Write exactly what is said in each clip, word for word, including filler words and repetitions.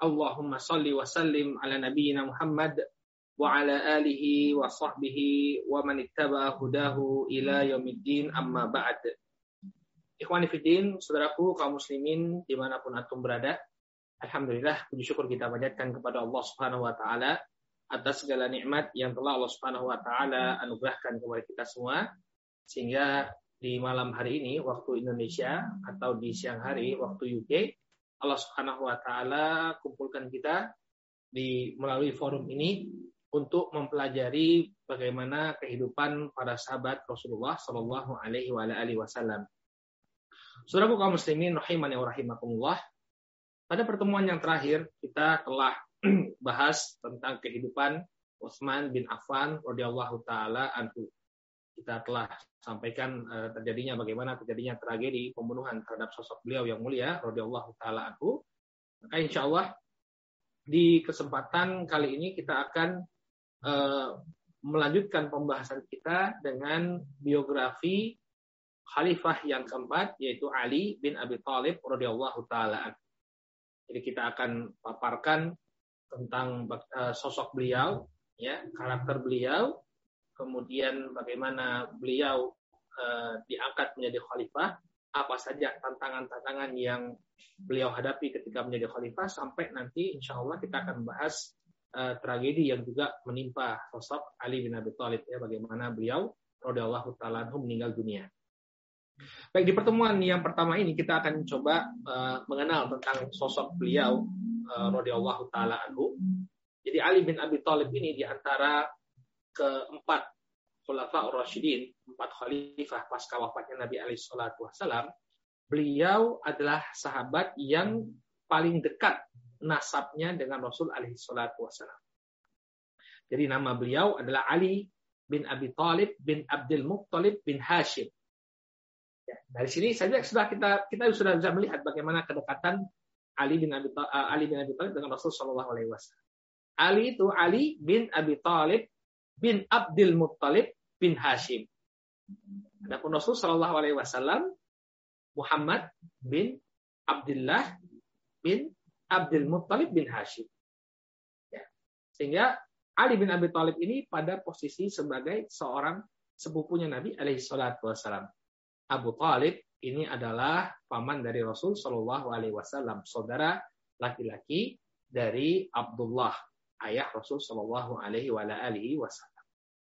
Allahumma salli wa sallim ala nabiyyina Muhammad wa ala alihi wa sahbihi wa man ittaba'a hudahu ila yaumiddin, amma ba'd. Ikhwani fiddin, saudaraku kaum muslimin dimanapun antum berada, alhamdulillah puji syukur kita panjatkan kepada Allah Subhanahu wa taala atas segala nikmat yang telah Allah Subhanahu wa taala anugerahkan kepada kita semua, sehingga di malam hari ini waktu Indonesia atau di siang hari waktu U K, Allah Subhanahu wa taala kumpulkan kita di melalui forum ini untuk mempelajari bagaimana kehidupan para sahabat Rasulullah sallallahu alaihi wasallam. Saudaraku kaum muslimin rahimani wa rahimakumullah, pada pertemuan yang terakhir kita telah bahas tentang kehidupan Utsman bin Affan radhiyallahu taala anhu. Kita telah sampaikan uh, terjadinya bagaimana terjadinya tragedi pembunuhan terhadap sosok beliau yang mulia radhiyallahu taala anhu. Maka insyaallah di kesempatan kali ini kita akan uh, melanjutkan pembahasan kita dengan biografi khalifah yang keempat, yaitu Ali bin Abi Thalib radhiyallahu taala anhu. Jadi kita akan paparkan tentang uh, sosok beliau, ya, karakter beliau, kemudian bagaimana beliau uh, diangkat menjadi khalifah, apa saja tantangan-tantangan yang beliau hadapi ketika menjadi khalifah, sampai nanti insya Allah kita akan bahas uh, tragedi yang juga menimpa sosok Ali bin Abi Thalib, ya, bagaimana beliau radhiyallahu ta'ala anhu meninggal dunia. Baik, di pertemuan yang pertama ini kita akan coba uh, mengenal tentang sosok beliau uh, radhiyallahu ta'ala anhu. Jadi Ali bin Abi Thalib ini di antara keempat Khulafaur Rasyidin, empat khalifah pasca wafatnya Nabi alaihi salatu wasallam, beliau adalah sahabat yang paling dekat nasabnya dengan Rasul alaihi salatu wasallam. Jadi nama beliau adalah Ali bin Abi Thalib bin Abdul Muttalib bin Hashim. Ya, dari sini saja sudah kita kita sudah bisa melihat bagaimana kedekatan Ali bin Abi Thalib, Ali bin Abi Thalib dengan Rasul sallallahu alaihi wasallam. Ali itu Ali bin Abi Thalib bin Abdul Muttalib bin Hashim. Adapun Rasul sallallahu alaihi wasallam Muhammad bin Abdullah bin Abdul Muttalib bin Hashim. Ya. Sehingga Ali bin Abi Thalib ini pada posisi sebagai seorang sepupunya Nabi alaihi salatu wasallam. Abu Thalib ini adalah paman dari Rasul sallallahu alaihi wasallam, saudara laki-laki dari Abdullah, ayah Rasul sallallahu alaihi wasallam.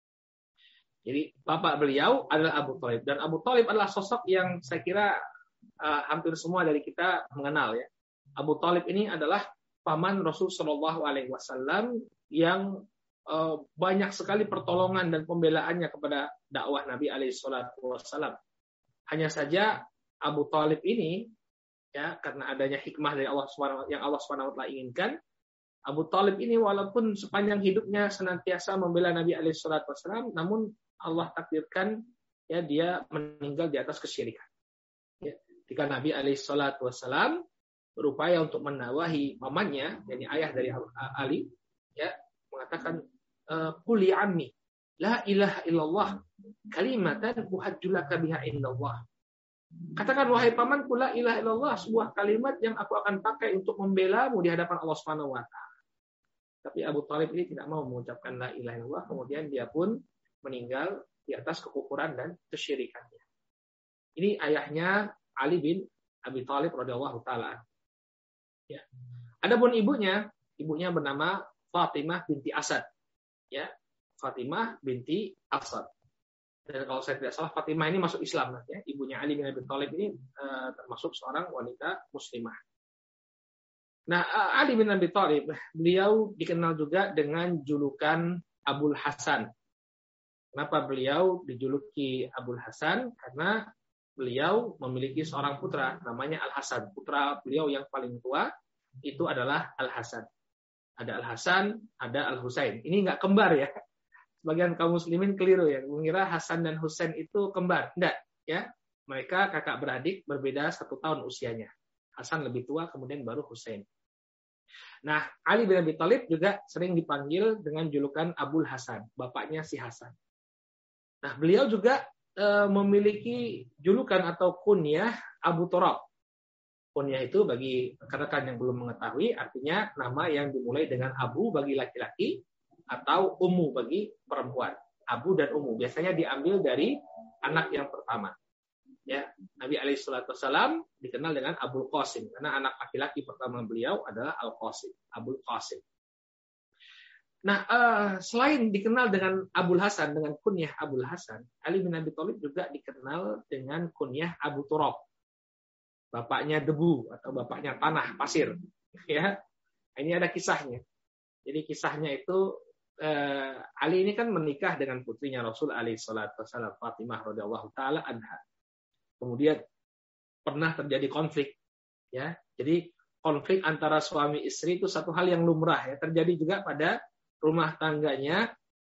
Jadi bapak beliau adalah Abu Thalib, dan Abu Thalib adalah sosok yang saya kira uh, hampir semua dari kita mengenal, ya. Abu Thalib ini adalah paman Rasul sallallahu alaihi wasallam yang uh, banyak sekali pertolongan dan pembelaannya kepada dakwah Nabi alaihi salatu wasallam. Hanya saja Abu Thalib ini, ya, karena adanya hikmah dari Allah Subhanahu yang Allah Subhanahu wa taala inginkan, Abu Thalib ini walaupun sepanjang hidupnya senantiasa membela Nabi alaihi salatu wasallam, namun Allah takdirkan, ya, dia meninggal di atas kesyirikan. Ya, ketika Nabi alaihi salatu wasallam berupaya untuk menawahi pamannya, yakni ayah dari Ali, ya, mengatakan, qul li ammi la ilaha illallah kalimatan uhajjulaka biha indallah. Katakan, wahai pamanku, la ilaha illallah, sebuah kalimat yang aku akan pakai untuk membelamu di hadapan Allah Subhanahu wa taala. Tapi Abu Thalib ini tidak mau mengucapkan la ilaha illallah, kemudian dia pun meninggal di atas kekufuran dan kesyirikannya. Ini ayahnya Ali bin Abi Thalib radhiyallahu taala. Ya. Adapun ibunya, ibunya bernama Fatimah binti Asad. Ya, Fatimah binti Asad. Dan kalau saya tidak salah, Fatimah ini masuk Islam, ya. Ibunya Ali bin Abi Thalib ini uh, termasuk seorang wanita muslimah. Nah, uh, Ali bin Abi Thalib, beliau dikenal juga dengan julukan Abul Hasan. Kenapa beliau dijuluki Abul Hasan? Karena beliau memiliki seorang putra namanya Al Hasan. Putra beliau yang paling tua itu adalah Al Hasan. Ada Al Hasan, ada Al Husain. Ini enggak kembar, ya. Sebagian kaum muslimin keliru, ya, mengira Hasan dan Husain itu kembar. Tidak, ya. Mereka kakak beradik, berbeda satu tahun usianya. Hasan lebih tua, kemudian baru Husain. Nah, Ali bin Abi Thalib juga sering dipanggil dengan julukan Abul Hasan, bapaknya si Hasan. Nah, beliau juga e, memiliki julukan atau kunyah Abu Turab. Kunyah itu bagi rekan-rekan yang belum mengetahui artinya nama yang dimulai dengan Abu bagi laki-laki atau Ummu bagi perempuan. Abu dan Ummu biasanya diambil dari anak yang pertama. Ya, Nabi alaihi salatu wasallam dikenal dengan Abul Qasim karena anak laki-laki pertama beliau adalah Al Qasim, Abul Qasim. Nah, uh, selain dikenal dengan Abul Hasan dengan kunyah Abul Hasan, Ali bin Abi Thalib juga dikenal dengan kunyah Abu Turab. Bapaknya debu atau bapaknya tanah pasir, ya. Ini ada kisahnya. Jadi kisahnya itu eh, Ali ini kan menikah dengan putrinya Rasul alaihi salatu wasallam Fatimah radhiyallahu taala anha. Kemudian pernah terjadi konflik, ya. Jadi konflik antara suami istri itu satu hal yang lumrah, ya. Terjadi juga pada rumah tangganya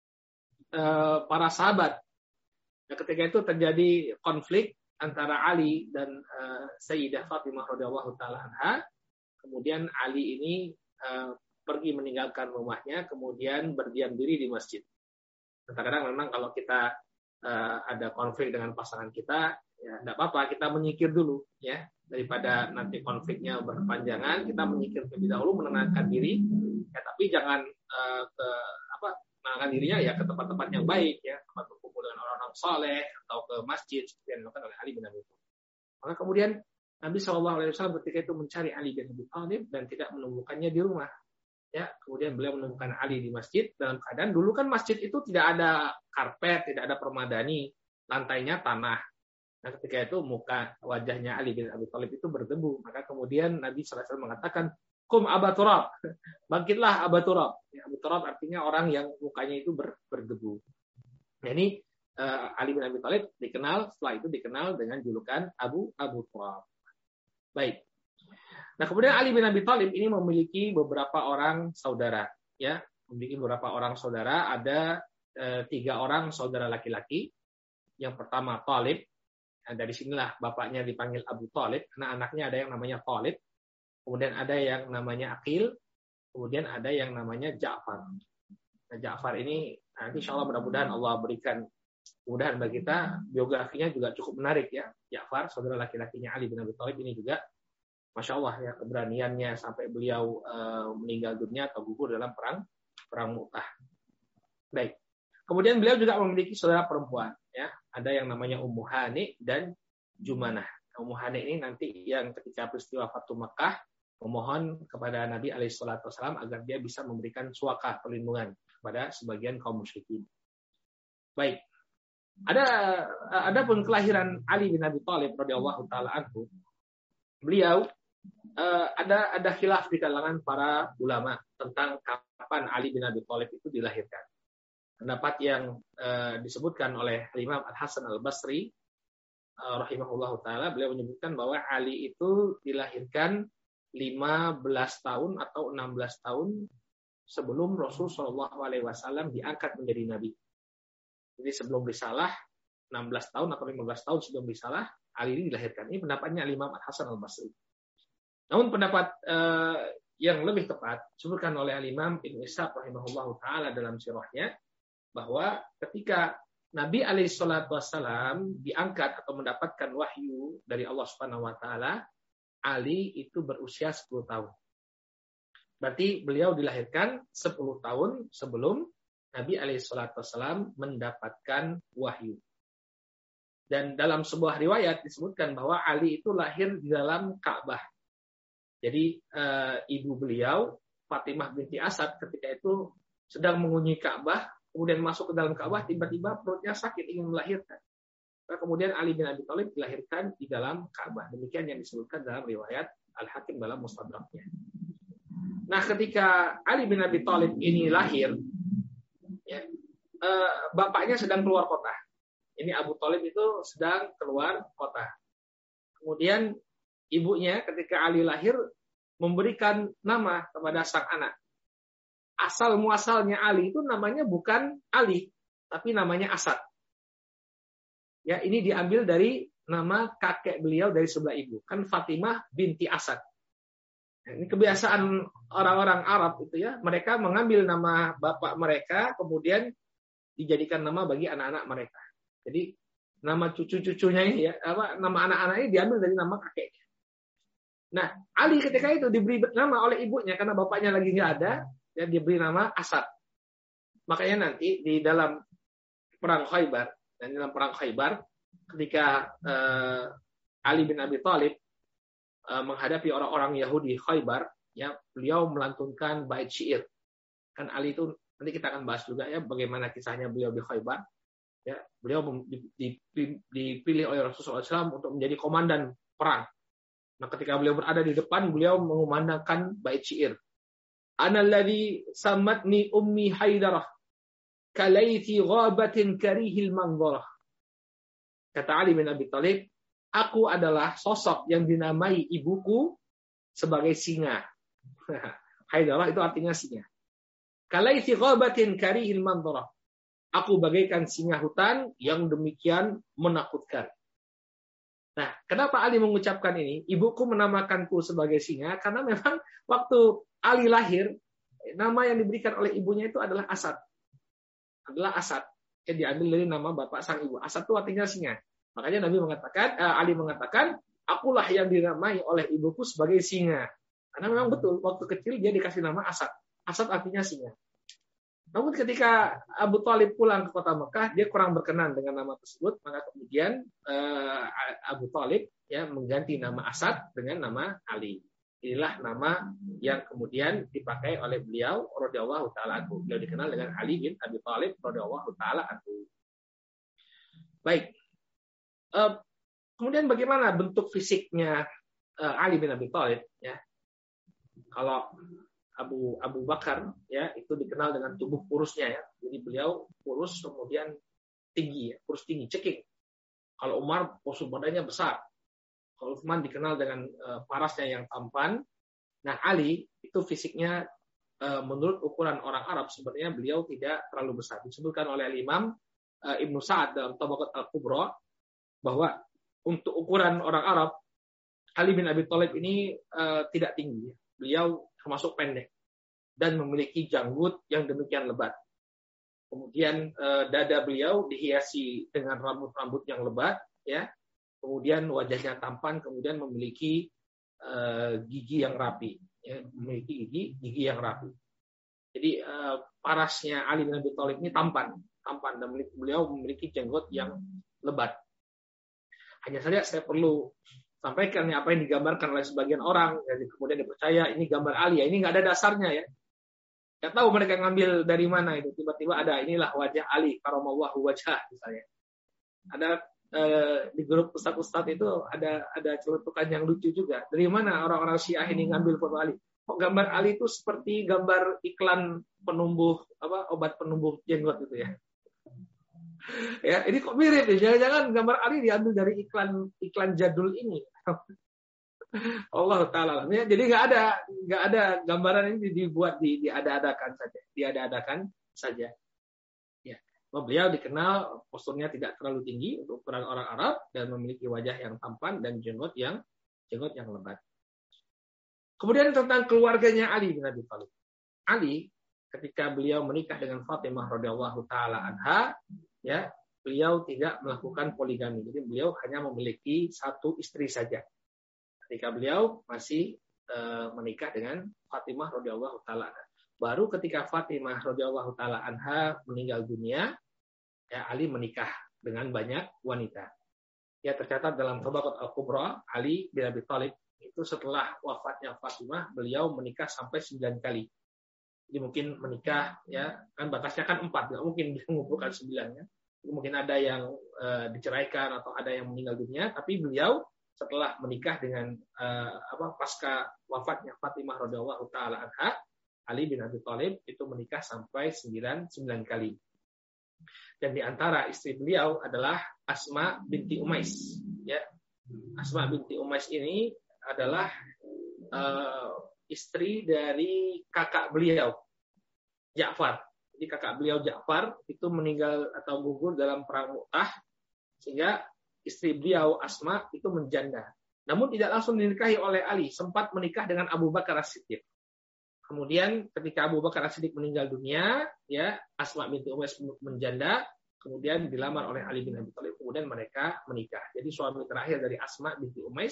eh, para sahabat. Nah, ketika itu terjadi konflik antara Ali dan uh, Sayyidah Fatimah radhiyallahu taala anha. Kemudian Ali ini uh, pergi meninggalkan rumahnya, kemudian berdiam diri di masjid. Kadang-kadang memang kalau kita uh, ada konflik dengan pasangan kita, ya tidak apa-apa, kita menyingkir dulu, ya, daripada nanti konfliknya berkepanjangan, kita menyingkir terlebih dahulu, menenangkan diri, ya, tapi jangan uh, ke apa, menenangkan dirinya ya ke tempat-tempat yang baik, ya, tempat berkumpul dengan orang-orang saleh atau ke masjid seperti yang dilakukan oleh Ali bin Abi Thalib. Maka kemudian Nabi shallallahu alaihi wasallam ketika itu mencari Ali bin Abi Thalib dan tidak menemukannya di rumah. Ya, kemudian beliau menemukan Ali di masjid dalam keadaan dulu kan masjid itu tidak ada karpet, tidak ada permadani, lantainya tanah. Nah, ketika itu muka wajahnya Ali bin Abi Thalib itu berdebu. Maka kemudian Nabi shallallahu alaihi wasallam mengatakan, "Kum Aba Turab." Bangkitlah Aba Turab. Ya, Abu Turab artinya orang yang mukanya itu ber, berdebu. Nah, ini uh, Ali bin Abi Thalib dikenal, setelah itu dikenal dengan julukan Abu Abu Turab. Baik. Nah, kemudian Ali bin Abi Thalib ini memiliki beberapa orang saudara, ya, memiliki beberapa orang saudara. Ada e, tiga orang saudara laki-laki. Yang pertama Thalib. Nah, dari sinilah bapaknya dipanggil Abu Thalib, karena anaknya ada yang namanya Thalib. Kemudian ada yang namanya Aqil. Kemudian ada yang namanya Ja'far. Nah, Ja'far ini nanti insya Allah mudah-mudahan Allah berikan kemudahan bagi kita. Biografinya juga cukup menarik, ya. Ja'far, saudara laki-lakinya Ali bin Abi Thalib ini juga Masya Allah, ya, keberaniannya sampai beliau uh, meninggal dunia atau gugur dalam perang perang Mu'tah. Baik. Kemudian beliau juga memiliki saudara perempuan, ya. Ada yang namanya Ummu Hani dan Jumanah. Ummu Hani ini nanti yang ketika peristiwa Fatu Makkah memohon kepada Nabi alaihi salatu wasallam agar dia bisa memberikan suaka perlindungan kepada sebagian kaum musyrikin. Baik. Ada adapun kelahiran Ali bin Abi Thalib radhiyallahu taala anhu. Beliau Uh, ada ada khilaf di kalangan para ulama tentang kapan Ali bin Abi Thalib itu dilahirkan. Pendapat yang uh, disebutkan oleh Imam Al-Hasan Al-Basri uh, rahimahullahu taala, beliau menyebutkan bahwa Ali itu dilahirkan lima belas tahun atau enam belas tahun sebelum Rasul shallallahu alaihi wasallam diangkat menjadi nabi. Jadi sebelum risalah enam belas tahun atau lima belas tahun sebelum risalah Ali ini dilahirkan. Ini pendapatnya Imam Al-Hasan Al-Basri. Namun pendapat uh, yang lebih tepat disebutkan oleh Al-Imam Ibnu Ishaq rahimahullahu taala dalam sirahnya bahwa ketika Nabi alaihi salatu wasallam diangkat atau mendapatkan wahyu dari Allah Subhanahu wa taala, Ali itu berusia sepuluh tahun. Berarti beliau dilahirkan sepuluh tahun sebelum Nabi alaihi salatu wasallam mendapatkan wahyu. Dan dalam sebuah riwayat disebutkan bahwa Ali itu lahir di dalam Ka'bah. Jadi e, ibu beliau Fatimah binti Asad ketika itu sedang mengunjungi Ka'bah, kemudian masuk ke dalam Ka'bah, tiba-tiba perutnya sakit ingin melahirkan. Nah, kemudian Ali bin Abi Thalib dilahirkan di dalam Ka'bah. Demikian yang disebutkan dalam riwayat Al-Hakim dalam Mustadraknya. Nah, ketika Ali bin Abi Thalib ini lahir, ya, e, bapaknya sedang keluar kota. Ini Abu Thalib itu sedang keluar kota. Kemudian ibunya ketika Ali lahir memberikan nama kepada sang anak. Asal muasalnya Ali itu namanya bukan Ali, tapi namanya Asad. Ya, ini diambil dari nama kakek beliau dari sebelah ibu, kan Fatimah binti Asad. Nah, ini kebiasaan orang-orang Arab itu, ya, mereka mengambil nama bapak mereka kemudian dijadikan nama bagi anak-anak mereka. Jadi nama cucu-cucunya ini, ya, apa nama anak-anak ini diambil dari nama kakeknya. Nah, Ali ketika itu diberi nama oleh ibunya karena bapaknya lagi nggak ada, ya diberi nama Asad. Makanya nanti di dalam perang Khaybar, dan dalam perang Khaybar ketika uh, Ali bin Abi Thalib uh, menghadapi orang-orang Yahudi Khaybar, ya beliau melantunkan bait syair. Kan Ali itu nanti kita akan bahas juga ya bagaimana kisahnya beliau di Khaybar. Ya, beliau dipilih oleh Rasulullah shallallahu alaihi wasallam untuk menjadi komandan perang. Nah, ketika beliau berada di depan, beliau mengumandangkan bait syair. Ana alladhi samatni ummi Haidarah kalaiti ghabatin karihil manzarah. Kata Ali bin Abi Thalib, aku adalah sosok yang dinamai ibuku sebagai singa. Haidarah itu artinya singa. Kalaiti ghabatin karihil manzarah. Aku bagaikan singa hutan yang demikian menakutkan. Nah, kenapa Ali mengucapkan ini? Ibuku menamakanku sebagai singa karena memang waktu Ali lahir, nama yang diberikan oleh ibunya itu adalah Asad. Adalah Asad. Yang diambil dari nama bapak sang ibu. Asad itu artinya singa. Makanya Nabi mengatakan, eh, Ali mengatakan, akulah yang dinamai oleh ibuku sebagai singa. Karena memang betul, waktu kecil dia dikasih nama Asad. Asad artinya singa. Namun ketika Abu Thalib pulang ke kota Mekah, dia kurang berkenan dengan nama tersebut, maka kemudian uh, Abu Thalib ya mengganti nama Asad dengan nama Ali. Inilah nama yang kemudian dipakai oleh beliau radhiyallahu taala anhu. Beliau dikenal dengan Ali bin Abi Thalib radhiyallahu taala anhu. Baik. Uh, kemudian bagaimana bentuk fisiknya uh, Ali bin Abi Thalib ya? Kalau Abu Abu Bakar ya itu dikenal dengan tubuh kurusnya ya. Jadi beliau kurus kemudian tinggi ya, kurus tinggi, ceking. Kalau Umar postur badannya besar. Kalau Utsman dikenal dengan uh, parasnya yang tampan. Nah, Ali itu fisiknya uh, menurut ukuran orang Arab sebenarnya beliau tidak terlalu besar. Disebutkan oleh Imam uh, Ibnu Sa'ad dalam Tabaqat Al-Kubra bahwa untuk ukuran orang Arab Ali bin Abi Thalib ini uh, tidak tinggi. Beliau termasuk pendek dan memiliki janggut yang demikian lebat. Kemudian eh, dada beliau dihiasi dengan rambut-rambut yang lebat, ya. Kemudian wajahnya tampan, kemudian memiliki eh, gigi yang rapi, ya. memiliki gigi gigi yang rapi. Jadi eh, parasnya Ali bin Abi Thalib ini tampan, tampan dan beliau memiliki janggut yang lebat. Hanya saja saya perlu sampaikan ya, apa yang digambarkan oleh sebagian orang, jadi kemudian dipercaya ini gambar Ali, ya ini nggak ada dasarnya ya. Nggak tahu mereka ngambil dari mana itu. Tiba-tiba ada inilah wajah Ali, karamallahu wajhah misalnya. Ada eh, di grup ustadz-ustadz itu ada ada celutukan yang lucu juga. Dari mana orang-orang Syiah ini ngambil foto Ali? Kok gambar Ali itu seperti gambar iklan penumbuh apa obat penumbuh jenggot itu ya. Ya, ini kok mirip ya? Jangan-jangan gambar Ali diambil dari iklan iklan jadul ini. Allah Taala. Ya, jadi nggak ada nggak ada gambaran ini dibuat di diada-adakan saja, diada-adakan saja. Ya, beliau dikenal posturnya tidak terlalu tinggi untuk ukuran orang Arab dan memiliki wajah yang tampan dan jenggot yang jenggot yang lebat. Kemudian tentang keluarganya Ali bin Abi Thalib. Ali ketika beliau menikah dengan Fatimah radhiyallahu taala anha, ya, beliau tidak melakukan poligami. Jadi beliau hanya memiliki satu istri saja. Ketika beliau masih e, menikah dengan Fatimah radhiyallahu taala anha. Baru ketika Fatimah radhiyallahu taala anha meninggal dunia, ya Ali menikah dengan banyak wanita. Ya tercatat dalam Tabaqat Al-Kubra, Ali bin Abi Thalib itu setelah wafatnya Fatimah, beliau menikah sampai sembilan kali. Jadi mungkin menikah ya kan batasnya kan empat, nggak mungkin dia mengumpulkan sembilan ya. Mungkin ada yang e, diceraikan atau ada yang meninggal dunia, tapi beliau setelah menikah dengan e, apa pasca wafatnya Fatimah radhiyallahu taala anha, Ali bin Abi Thalib itu menikah sampai sembilan sembilan kali. Dan di antara istri beliau adalah Asma binti Umais, ya. Asma binti Umais ini adalah e, istri dari kakak beliau, Ja'far. Jadi kakak beliau Ja'far itu meninggal atau gugur dalam perang Mu'tah, sehingga istri beliau Asma itu menjanda. Namun tidak langsung dinikahi oleh Ali, sempat menikah dengan Abu Bakar As-Siddiq. Kemudian ketika Abu Bakar As-Siddiq meninggal dunia, ya Asma binti Umais menjanda, kemudian dilamar oleh Ali bin Abi Thalib, kemudian mereka menikah. Jadi suami terakhir dari Asma binti Umais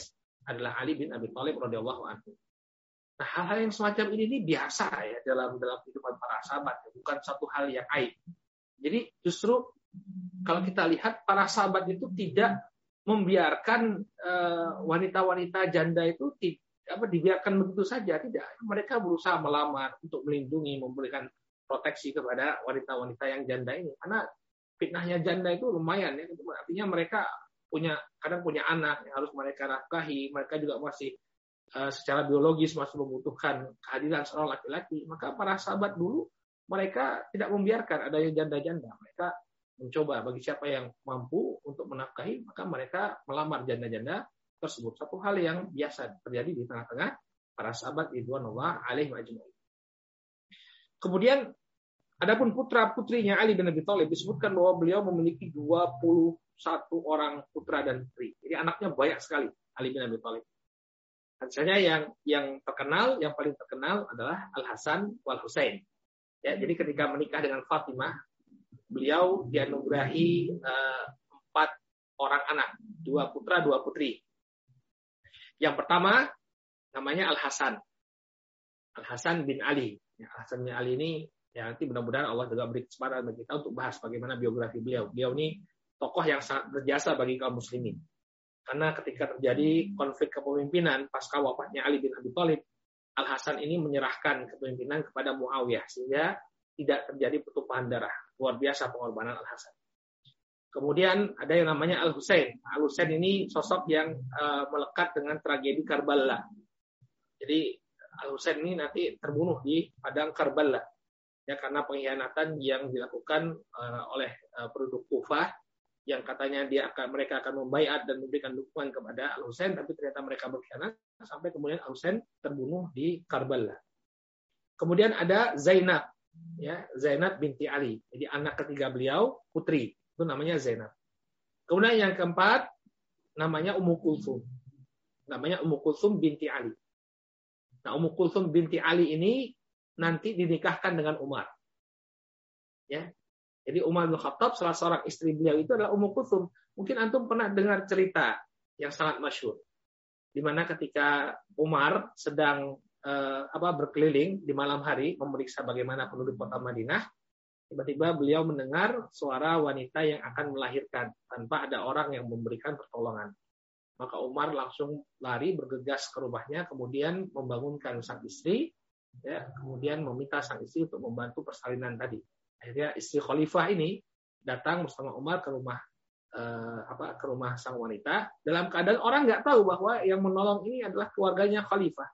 adalah Ali bin Abi Thalib radhiyallahu anhu. Nah, hal-hal yang semacam ini, ini biasa ya dalam dalam kehidupan para sahabat, bukan satu hal yang aib. Jadi justru kalau kita lihat para sahabat itu tidak membiarkan uh, wanita-wanita janda itu tidak, apa, dibiarkan begitu saja, tidak. Mereka berusaha melamar untuk melindungi, memberikan proteksi kepada wanita-wanita yang janda ini. Karena fitnahnya janda itu lumayan ya. Artinya mereka punya kadang punya anak yang harus mereka nafkahi, mereka juga masih uh, secara biologis masih membutuhkan kehadiran seorang laki-laki. Maka para sahabat dulu mereka tidak membiarkan adanya janda-janda. Mereka mencoba bagi siapa yang mampu untuk menafkahi, maka mereka melamar janda-janda tersebut. Satu hal yang biasa terjadi di tengah-tengah para sahabat ridwanullah alaihim ajmain. Kemudian adapun putra-putrinya Ali bin Abi Thalib disebutkan bahwa beliau memiliki dua puluh satu orang putra dan putri. Jadi anaknya banyak sekali Ali bin Abi Thalib. Misalnya yang yang terkenal, yang paling terkenal adalah Al-Hasan wal Husain. Ya, jadi ketika menikah dengan Fatimah, beliau dianugerahi uh, empat orang anak, dua putra, dua putri. Yang pertama namanya Al-Hasan, Al-Hasan bin Ali. Ya, Al-Hasan bin Ali ini ya nanti mudah-mudahan Allah juga beri kesempatan bagi kita untuk bahas bagaimana biografi beliau. Beliau ini tokoh yang sangat berjasa bagi kaum muslimin. Karena ketika terjadi konflik kepemimpinan pasca wafatnya Ali bin Abi Thalib, Al-Hasan ini menyerahkan kepemimpinan kepada Muawiyah sehingga tidak terjadi pertumpahan darah. Luar biasa pengorbanan Al-Hasan. Kemudian ada yang namanya Al-Husain. Al-Husain ini sosok yang uh, melekat dengan tragedi Karbala. Jadi Al-Husain ini nanti terbunuh di padang Karbala. Ya, karena pengkhianatan yang dilakukan uh, oleh uh, penduduk Kufah yang katanya dia akan mereka akan membaiat dan memberikan dukungan kepada Al-Husain, tapi ternyata mereka berkhianat sampai kemudian Al-Husain terbunuh di Karbala. Kemudian ada Zainab, ya, Zainab binti Ali. Jadi anak ketiga beliau putri, itu namanya Zainab. Kemudian yang keempat namanya Ummu Kulsum. Namanya Ummu Kulsum binti Ali. Nah, Ummu Kulsum binti Ali ini nanti dinikahkan dengan Umar. Ya. Jadi Umar bin Khattab, salah seorang istri beliau itu adalah Ummu Kulsum. Mungkin antum pernah dengar cerita yang sangat masyhur, di mana ketika Umar sedang eh, apa berkeliling di malam hari memeriksa bagaimana penduduk kota Madinah, tiba-tiba beliau mendengar suara wanita yang akan melahirkan tanpa ada orang yang memberikan pertolongan. Maka Umar langsung lari bergegas ke rumahnya, kemudian membangunkan sang istri, ya, kemudian meminta sang istri untuk membantu persalinan tadi. Akhirnya istri khalifah ini datang bersama Umar ke rumah eh, apa ke rumah sang wanita dalam keadaan orang nggak tahu bahwa yang menolong ini adalah keluarganya khalifah.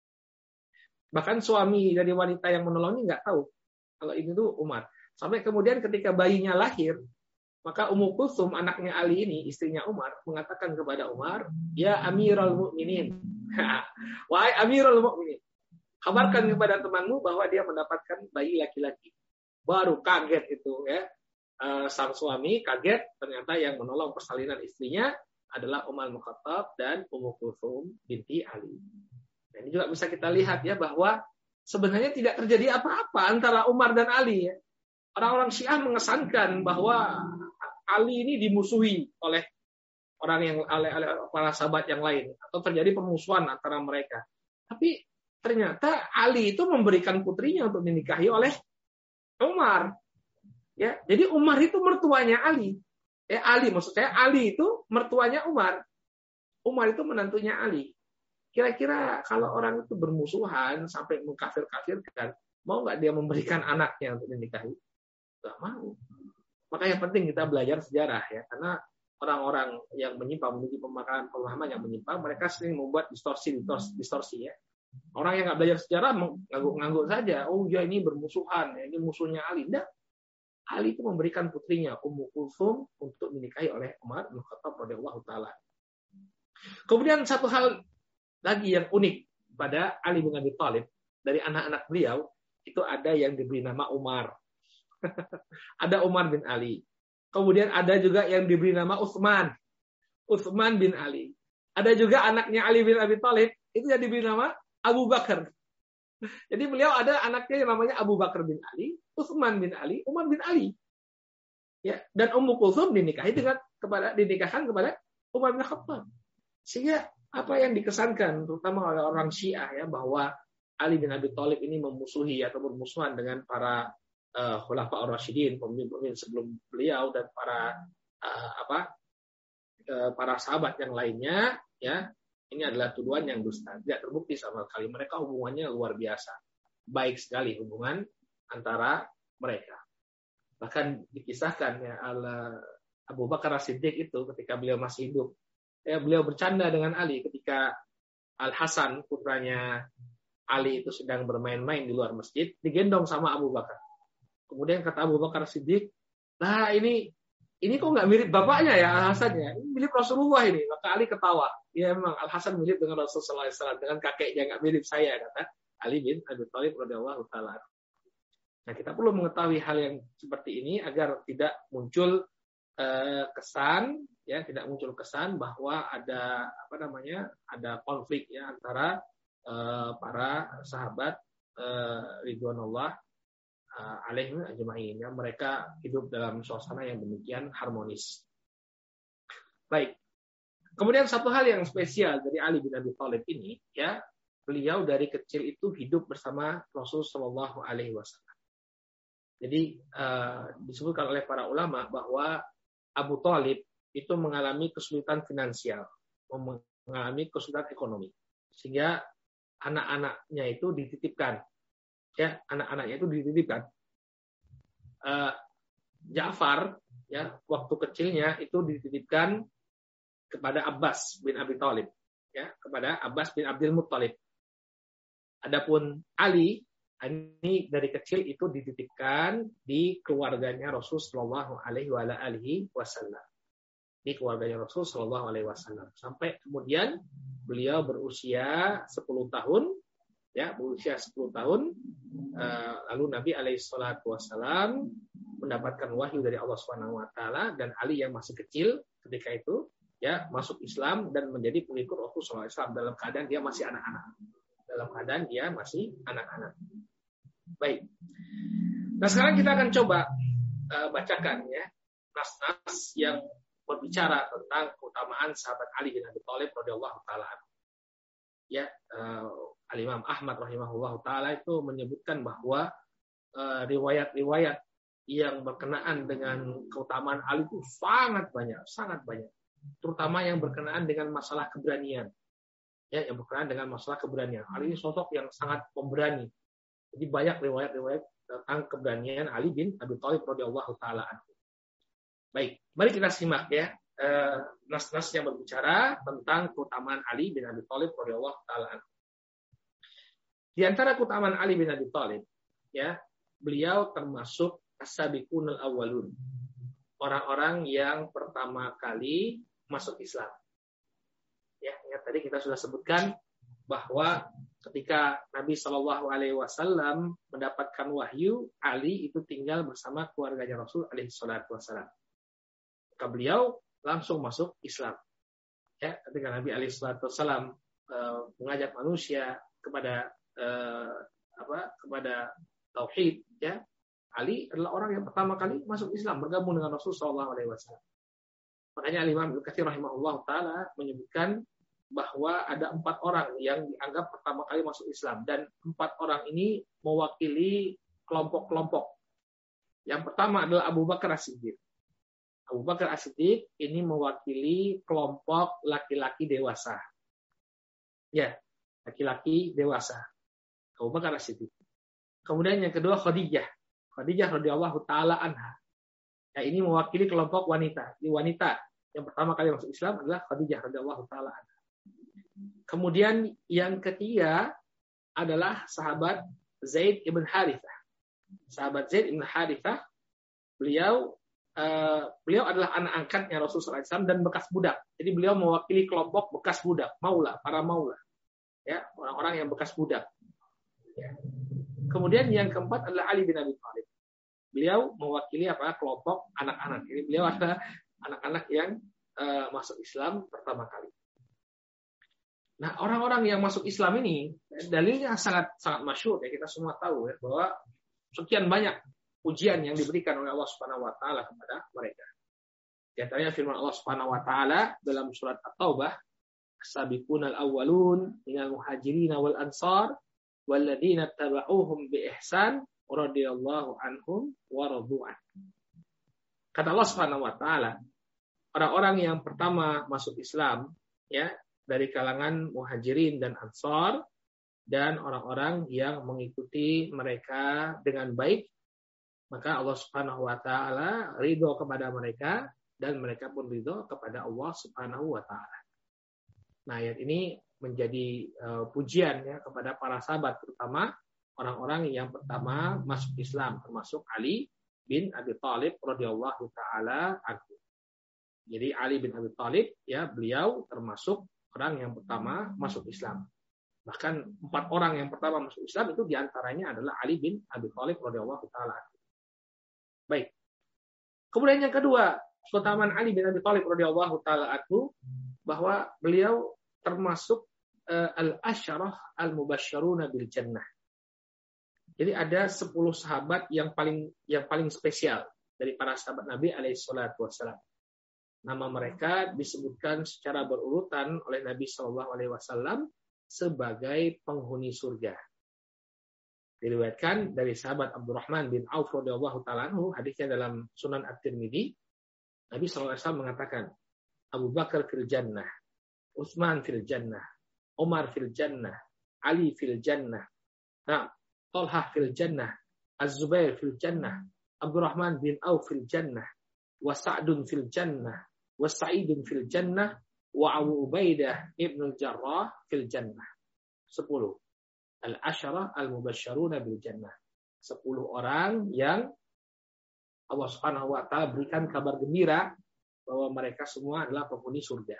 Bahkan suami dari wanita yang menolong ini nggak tahu kalau ini tuh Umar. Sampai kemudian ketika bayinya lahir, maka Ummu Kulsum anaknya Ali ini istrinya Umar mengatakan kepada Umar, "Ya Amirul Mukminin, wahai Amirul Mukminin, kabarkan kepada temanmu bahwa dia mendapatkan bayi laki-laki." Baru kaget itu ya, sang suami kaget, ternyata yang menolong persalinan istrinya adalah Umar bin Khattab dan Ummu Kulsum binti Ali. Nah, ini juga bisa kita lihat ya bahwa sebenarnya tidak terjadi apa-apa antara Umar dan Ali ya. Orang-orang Syiah mengesankan bahwa Ali ini dimusuhi oleh orang yang oleh, oleh para sahabat yang lain atau terjadi permusuhan antara mereka. Tapi ternyata Ali itu memberikan putrinya untuk dinikahi oleh Umar. Ya, jadi Umar itu mertuanya Ali. Ya, Ali maksud saya Ali itu mertuanya Umar. Umar itu menantunya Ali. Kira-kira kalau orang itu bermusuhan sampai mengkafir-kafirkan, mau nggak dia memberikan anaknya untuk dinikahi? Nggak mau. Makanya penting kita belajar sejarah ya, karena orang-orang yang menyimpang memiliki pemahaman pemahaman yang menyimpang, mereka sering membuat distorsi distorsi, distorsi ya. Orang yang nggak belajar sejarah mengangguk-ngangguk saja. Oh ya ini bermusuhan, ini musuhnya Ali. Tidak. Ali itu memberikan putrinya Ummu Kulsum untuk dinikahi oleh Umar bin Khattab radhiyallahu taala. Kemudian satu hal lagi yang unik pada Ali bin Abi Thalib, dari anak-anak beliau itu ada yang diberi nama Umar. Ada Umar bin Ali. Kemudian ada juga yang diberi nama Utsman. Utsman bin Ali. Ada juga anaknya Ali bin Abi Thalib itu yang diberi nama Abu Bakar. Jadi beliau ada anaknya yang namanya Abu Bakar bin Ali, Utsman bin Ali, Umar bin Ali. Ya, dan Ummu Kulsum dinikahi dengan kepada dinikahkan kepada Umar bin Khattab. Sehingga apa yang dikesankan terutama oleh orang Syiah ya, bahwa Ali bin Abi Thalib ini memusuhi atau bermusuhan dengan para uh, Khulafa ar-Rasyidin, pemimpin-pemimpin sebelum beliau, dan para uh, apa uh, para sahabat yang lainnya ya. Ini adalah tuduhan yang dusta, tidak terbukti sama sekali. Mereka hubungannya luar biasa, baik sekali hubungan antara mereka. Bahkan dikisahkan ya, Abu Bakar As-Siddiq itu ketika beliau masih hidup, ya, beliau bercanda dengan Ali ketika Al-Hasan, putranya Ali, itu sedang bermain-main di luar masjid, digendong sama Abu Bakar. Kemudian kata Abu Bakar As-Siddiq, nah ini ini kok nggak mirip bapaknya ya Al-Hasan ya? Ini mirip Rasulullah ini. Maka Ali ketawa. Ya memang Al-Hasan mirip dengan Rasulullah shallallahu alaihi wasallam, dengan kakeknya nggak mirip saya, kata Ali bin Abi Thalib radhiyallahu taala. Nah, kita perlu mengetahui hal yang seperti ini agar tidak muncul eh, kesan, ya, tidak muncul kesan bahwa ada apa namanya, ada konflik ya antara eh, para sahabat eh, ridwanullah eh, alaihim ajma'in. Ya, mereka hidup dalam suasana yang demikian harmonis. Baik. Kemudian satu hal yang spesial dari Ali bin Abi Thalib ini, ya, beliau dari kecil itu hidup bersama Rasul Shallallahu Alaihi Wasallam. Jadi uh, disebutkan oleh para ulama bahwa Abu Thalib itu mengalami kesulitan finansial, mengalami kesulitan ekonomi, sehingga anak-anaknya itu dititipkan, ya, anak-anaknya itu dititipkan. Uh, Ja'far, ya, waktu kecilnya itu dititipkan kepada Abbas bin Abi Thalib, ya, kepada Abbas bin Abdul Muttalib. Adapun Ali ini dari kecil itu dititipkan di keluarganya Rasul Shallallahu Alaihi Wasallam, di keluarganya Rasul Shallallahu Alaihi Wasallam, sampai kemudian beliau berusia sepuluh tahun, ya, berusia sepuluh tahun, lalu Nabi Alaihi Wasallam mendapatkan wahyu dari Allah Subhanahu Wa Taala, dan Ali yang masih kecil ketika itu, ya, masuk Islam dan menjadi pengikut Rasulullah shallallahu alaihi wasallam dalam keadaan dia masih anak-anak. Dalam keadaan dia masih anak-anak. Baik. Nah, sekarang kita akan coba uh, bacakan ya nas-nas yang berbicara tentang keutamaan sahabat Ali bin Abi Thalib radhiyallahu taala. Ya, uh, Al-Imam Ahmad rahimahullahu taala itu menyebutkan bahwa uh, riwayat-riwayat yang berkenaan dengan keutamaan Ali itu sangat banyak, sangat banyak. Terutama yang berkenaan dengan masalah keberanian, ya, yang berkenaan dengan masalah keberanian. Ali ini sosok yang sangat pemberani. Jadi banyak riwayat-riwayat tentang keberanian Ali bin Abi Thalib radhiyallahu taala anhu. Baik, mari kita simak ya eh, nas-nas yang berbicara tentang keutamaan Ali bin Abi Thalib radhiyallahu taala anhu. Di antara keutamaan Ali bin Abi Thalib, ya, beliau termasuk as-sabiqunul awwalun, orang-orang yang pertama kali masuk Islam. Ya, ingat tadi kita sudah sebutkan bahwa ketika Nabi Shallallahu Alaihi Wasallam mendapatkan wahyu, Ali itu tinggal bersama keluarganya Rasul Alaihi Wasallam. Maka beliau langsung masuk Islam. Ya, ketika Nabi Alaihi Wasallam uh, mengajak manusia kepada uh, apa? kepada tauhid, ya, Ali adalah orang yang pertama kali masuk Islam, bergabung dengan Rasul Shallallahu Alaihi Wasallam. Makanya Imam Ibnu Katsir rahimahullah taala menyebutkan bahwa ada empat orang yang dianggap pertama kali masuk Islam, dan empat orang ini mewakili kelompok-kelompok. Yang pertama adalah Abu Bakar As-Siddiq. Abu Bakar As-Siddiq ini mewakili kelompok laki-laki dewasa. Ya, laki-laki dewasa. Abu Bakar As-Siddiq. Kemudian yang kedua Khadijah. Khadijah radhiyallahu taala anha. Ya, ini mewakili kelompok wanita. Di wanita yang pertama kali masuk Islam adalah Khadijah radhiyallahu taala anha. Kemudian yang ketiga adalah sahabat Zaid ibn Harithah. Sahabat Zaid ibn Harithah, beliau uh, beliau adalah anak angkatnya Rasulullah shallallahu alaihi wasallam dan bekas budak. Jadi beliau mewakili kelompok bekas budak, maula, para maula. Ya, orang-orang yang bekas budak. Ya. Kemudian yang keempat adalah Ali bin Abi Thalib. Beliau mewakili apa? Kelompok anak-anak. Jadi beliau adalah anak-anak yang uh, masuk Islam pertama kali. Nah, orang-orang yang masuk Islam ini dalilnya sangat sangat masyhur ya, kita semua tahu ya, bahwa sekian banyak ujian yang diberikan oleh Allah Subhanahu wa taala kepada mereka. Di antaranya firman Allah Subhanahu wa taala dalam surat At-Taubah as-sabiqunal awwalun minal muhajirin wal ansar walladzina tabauhum bi ihsan radhiyallahu anhum wa radu an. Kata Allah Subhanahu wa taala, orang-orang yang pertama masuk Islam ya dari kalangan muhajirin dan ansar dan orang-orang yang mengikuti mereka dengan baik, maka Allah Subhanahu wa taala ridho kepada mereka dan mereka pun ridho kepada Allah Subhanahu wa taala. Nah, ayat ini menjadi uh, pujian ya kepada para sahabat, terutama orang-orang yang pertama masuk Islam, termasuk Ali bin Abi Thalib radhiyallahu taala anhu. Jadi Ali bin Abi Thalib ya beliau termasuk orang yang pertama masuk Islam. Bahkan empat orang yang pertama masuk Islam itu diantaranya adalah Ali bin Abi Thalib radhiyallahu taala anhu. Baik. Kemudian yang kedua, keutamaan Ali bin Abi Thalib radhiyallahu taala anhu bahwa beliau termasuk uh, al-asyarah al-mubasysyaruna bil jannah. Jadi ada sepuluh sahabat yang paling yang paling spesial dari para sahabat Nabi alaihi salatu wasallam. Nama mereka disebutkan secara berurutan oleh Nabi sallallahu alaihi wasallam sebagai penghuni surga. Diriwayatkan dari sahabat Abdurrahman bin Auf radhiyallahu taala anhu, hadisnya dalam Sunan At-Tirmidzi, Nabi sallallahu alaihi wasallam mengatakan, Abu Bakar fil jannah, Utsman fil jannah, Umar fil jannah, Ali fil jannah, nah, Talhah fil jannah, Az-Zubair fil jannah, Abdurrahman bin Auf fil jannah, wa Sa'dun fil jannah, wa Sa'idun fil jannah, wa Abu Ubaidah ibn al-Jarrah fil jannah. Sepuluh. Al-asyarah al-mubasysyaruna bil jannah. Sepuluh orang yang Allah Subhanahu wa taala berikan kabar gembira bahwa mereka semua adalah penghuni surga.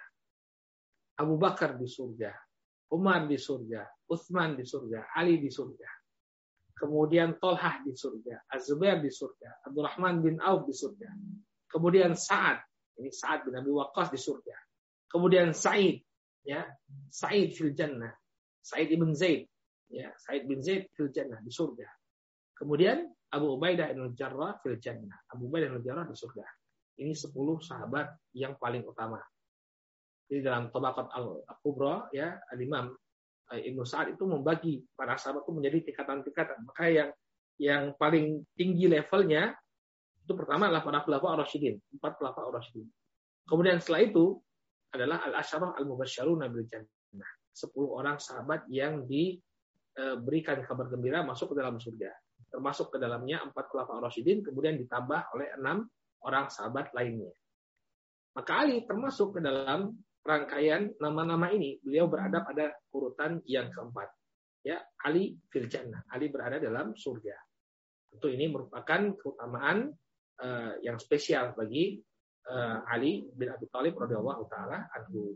Abu Bakar di surga, Umar di surga, Utsman di surga, Ali di surga. Kemudian Talhah di surga, Az-Zubair di surga, Abdurrahman bin Auf di surga. Kemudian Sa'ad, ini Sa'ad bin Abi Waqqas di surga. Kemudian Sa'id, ya, Sa'id fil jannah. Sa'id ibn Zaid, ya, Sa'id bin Zaid fil jannah di surga. Kemudian Abu Ubaidah bin Jarrah fil jannah. Abu Ubaidah bin Jarrah di surga. Ini sepuluh sahabat yang paling utama. Jadi dalam Tabaqat Al-Kubra ya, Al-Imam Ibnu Sa'ad itu membagi para sahabat itu menjadi tingkatan-tingkatan. Maka yang yang paling tinggi levelnya itu pertama adalah para khulafa ar-rasyidin, empat khulafa ar-rasyidin. Kemudian setelah itu adalah al-asyarah al-mubasysyaruna bil jannah. sepuluh orang sahabat yang diberikan kabar gembira masuk ke dalam surga. Termasuk ke dalamnya empat khulafa ar-rasyidin, kemudian ditambah oleh enam orang sahabat lainnya. Maka Ali termasuk ke dalam rangkaian nama-nama ini. Beliau berada pada urutan yang keempat. Ya, Ali fil jannah. Ali berada dalam surga. Tentu ini merupakan keutamaan uh, yang spesial bagi uh, Ali bin Abi Thalib radhiyallahu taala anhu.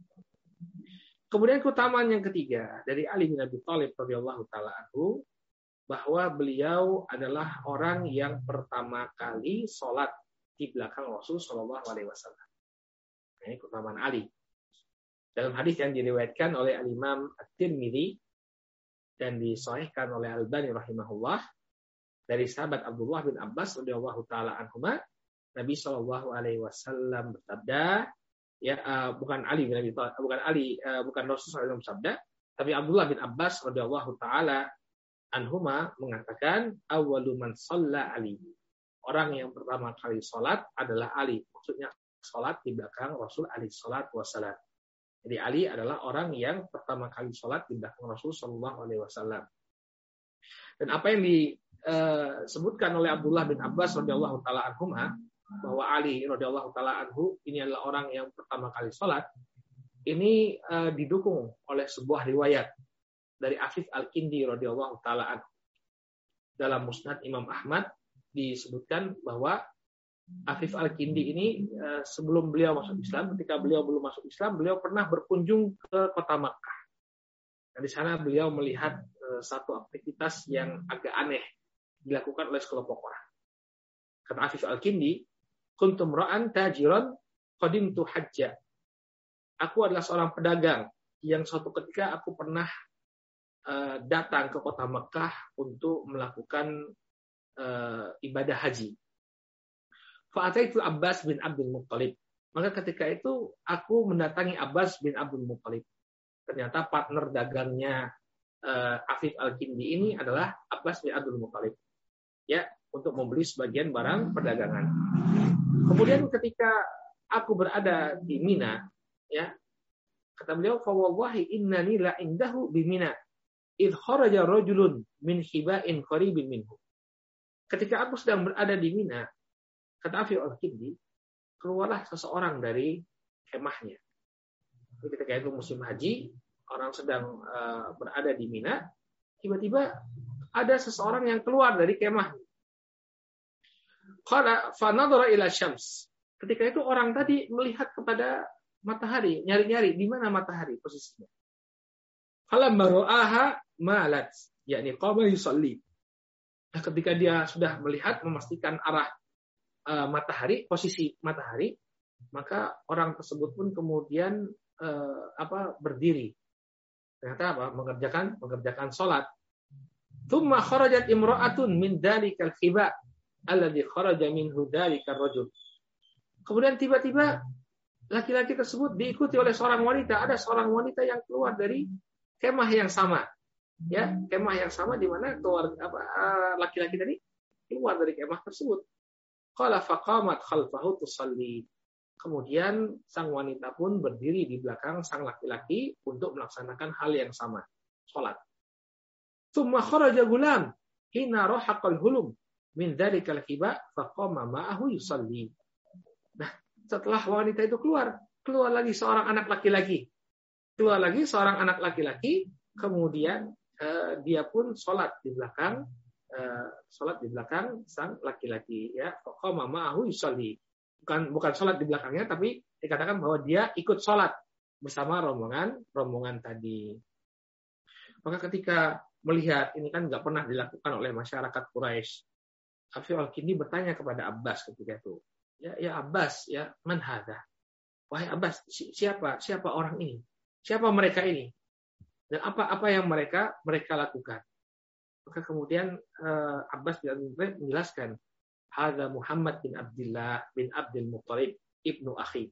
Kemudian keutamaan yang ketiga dari Ali bin Abi Thalib radhiyallahu taala anhu, bahwa beliau adalah orang yang pertama kali sholat di belakang Rasul Shallallahu Alaihi Wasallam. Ini keutamaan Ali. Dalam hadis yang diriwayatkan oleh Al-Imam At-Tirmidzi dan disahihkan oleh Al-Albani rahimahullah dari sahabat Abdullah bin Abbas radhiyallahu taala anhuma, Nabi Shallallahu Alaihi Wasallam bersabda, ya uh, bukan Ali bin Abi Thalib, bukan Ali, uh, bukan Rasul Shallallahu Alaihi Wasallam bersabda, tapi Abdullah bin Abbas radhiyallahu taala anhuma mengatakan, awwalu man shalla Ali. Orang yang pertama kali sholat adalah Ali. Maksudnya sholat di belakang Rasul alaihi salatu wassalam. Jadi Ali adalah orang yang pertama kali sholat di belakang Rasul sallallahu alaihi wasallam. Dan apa yang disebutkan oleh Abdullah bin Abbas radhiyallahu taala anhuma, bahwa Ali radhiyallahu taala anhu ini adalah orang yang pertama kali sholat, ini uh, didukung oleh sebuah riwayat dari Afif Al-Kindi radhiyallahu taala anhu. Dalam Musnad Imam Ahmad disebutkan bahwa Afif Al-Kindi ini sebelum beliau masuk Islam, ketika beliau belum masuk Islam, beliau pernah berkunjung ke kota Makkah. Dan di sana beliau melihat satu aktivitas yang agak aneh dilakukan oleh sekelompok orang. Kata Afif Al-Kindi, kuntum ra'an tajiran qadimtu hajja. Aku adalah seorang pedagang yang suatu ketika aku pernah uh, datang ke kota Makkah untuk melakukan uh, ibadah haji. Fa'ataitu Abbas bin Abdul Muttalib. Maka ketika itu aku mendatangi Abbas bin Abdul Muttalib. Ternyata partner dagangnya uh, Afif Al-Kindi ini adalah Abbas bin Abdul Muttalib. Ya, untuk membeli sebagian barang perdagangan. Kemudian ketika aku berada di Mina, ya, kata beliau, "Fa wallahi innani la indahu bi Mina, id kharaja rajulun min hiba'in qaribin minhu." Ketika aku sedang berada di Mina, kata Afif Al-Kindi, keluarlah seseorang dari kemahnya. Ketika itu musim haji, orang sedang uh, berada di Mina, tiba-tiba ada seseorang yang keluar dari kemah. Qala fa nadhara ila syams. Ketika itu orang tadi melihat kepada matahari, nyari-nyari di mana matahari posisinya. Falamma ra'aha malat, yakni qama yusalli. Nah, ketika dia sudah melihat memastikan arah uh, matahari, posisi matahari, maka orang tersebut pun kemudian uh, apa berdiri. Ternyata apa? Mengerjakan mengerjakan salat. Tsumma kharajat imra'atun min dalikal khiba alladhi kharaja minhu dalikar rajul. Kemudian tiba-tiba laki-laki tersebut diikuti oleh seorang wanita. Ada seorang wanita yang keluar dari kemah yang sama. Ya, kemah yang sama di mana keluar apa laki-laki tadi keluar dari kemah tersebut. Qala faqamat khalfahu tusalli. Kemudian sang wanita pun berdiri di belakang sang laki-laki untuk melaksanakan hal yang sama, salat. Tsumma kharaja gulam hina rahaqal hulum min dzalikal khiba faqama ma'ahu yusalli. Nah, setelah wanita itu keluar, keluar lagi seorang anak laki-laki. Keluar lagi seorang anak laki-laki, kemudian uh, dia pun salat di belakang uh, salat di belakang sang laki-laki, ya. Faqama ma'ahu yusalli. Bukan bukan salat di belakangnya, tapi dikatakan bahwa dia ikut salat bersama rombongan rombongan tadi. Maka ketika melihat ini kan nggak pernah dilakukan oleh masyarakat Quraisy, Afif Al-Kindi bertanya kepada Abbas ketika itu, ya, ya Abbas, ya man hadza? Wahai Abbas, siapa siapa orang ini? Siapa mereka ini? Dan apa-apa yang mereka mereka lakukan? Maka kemudian uh, Abbas bin menjelaskan, hadza Muhammad bin Abdullah bin Abdul Muttalib ibnu akhi.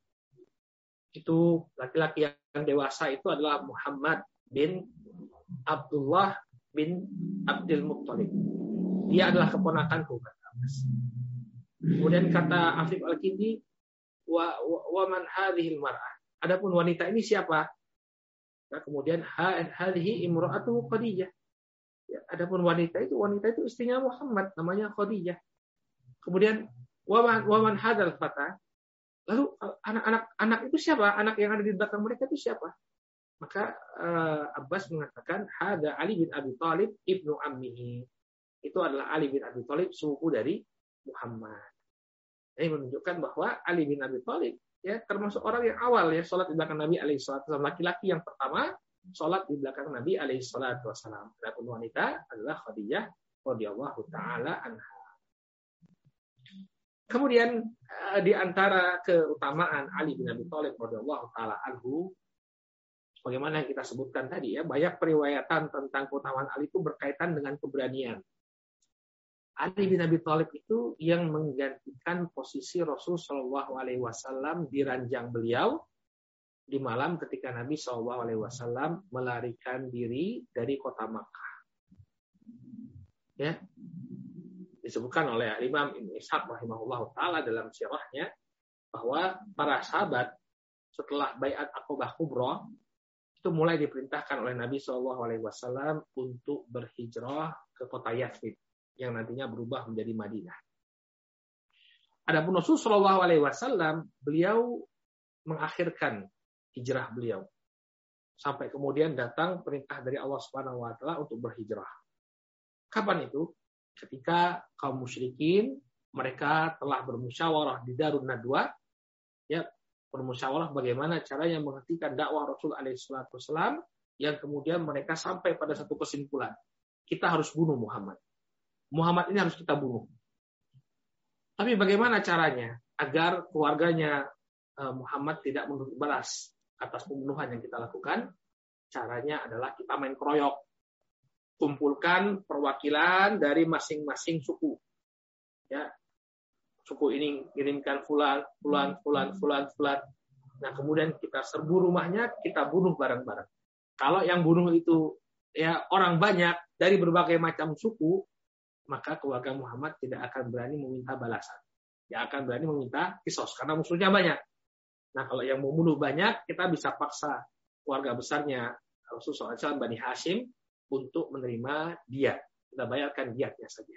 Itu laki-laki yang dewasa itu adalah Muhammad bin Abdullah bin Abdul Muttalib. Dia adalah keponakanku, kata Abbas. Kemudian kata Afif Al-Kindi, wa, wa, wa man hadhil mar'ah. Adapun wanita ini siapa? Nah, kemudian hadhihi imra'atu Khadijah. Ya, adapun wanita itu wanita itu istrinya Muhammad, namanya Khadijah. Kemudian wa man wa man hadzal fata. Lalu anak-anak anak itu siapa? Anak yang ada di belakang mereka itu siapa? Maka uh, Abbas mengatakan hadza Ali bin Abi Thalib ibnu ammihi. Itu adalah Ali bin Abi Thalib, sepupu dari Muhammad. Ini menunjukkan bahwa Ali bin Abi Thalib ya termasuk orang yang awal ya salat di belakang Nabi alaihi salatu wasallam, laki-laki yang pertama salat di belakang Nabi alaihi salatu wasallam. Adapun wanita adalah Khadijah radhiyallahu taala anha. Kemudian di antara keutamaan Ali bin Abi Thalib radhiyallahu taala anhu, bagaimana yang kita sebutkan tadi ya, banyak periwayatan tentang keutamaan Ali itu berkaitan dengan keberanian. Ali bin Abi Thalib itu yang menggantikan posisi Rasul Shallallahu Alaihi Wasallam di ranjang beliau di malam ketika Nabi Shallallahu Alaihi Wasallam melarikan diri dari kota Makkah. Ya, disebutkan oleh Imam Ibnu Ishaq rahimahullah taala dalam sirahnya bahwa para sahabat setelah Baiat Aqabah Kubra itu mulai diperintahkan oleh Nabi Shallallahu Alaihi Wasallam untuk berhijrah ke kota Yathrib yang nantinya berubah menjadi Madinah. Adapun Rasul Shallallahu Alaihi Wasallam beliau mengakhirkan hijrah beliau sampai kemudian datang perintah dari Allah Subhanahu Wa Taala untuk berhijrah. Kapan itu? Ketika kaum musyrikin mereka telah bermusyawarah di Darun Nadwa, ya bermusyawarah bagaimana caranya menghentikan dakwah Rasul alaihi salatu wasallam, yang kemudian mereka sampai pada satu kesimpulan, kita harus bunuh Muhammad. Muhammad ini harus kita bunuh. Tapi bagaimana caranya agar keluarganya Muhammad tidak menuntut balas atas pembunuhan yang kita lakukan? Caranya adalah kita main keroyok. Kumpulkan perwakilan dari masing-masing suku. Ya. suku ini kirimkan fulan, fulan, fulan, fulan, fulan. Nah, kemudian kita serbu rumahnya, kita bunuh bareng-bareng. Kalau yang bunuh itu ya orang banyak dari berbagai macam suku, maka keluarga Muhammad tidak akan berani meminta balasan. Dia akan berani meminta kisos karena musuhnya banyak. Nah, kalau yang membunuh banyak, kita bisa paksa keluarga besarnya Rasulullah shallallahu alaihi wasallam Bani Hashim untuk menerima dia. Kita bayarkan diatnya saja.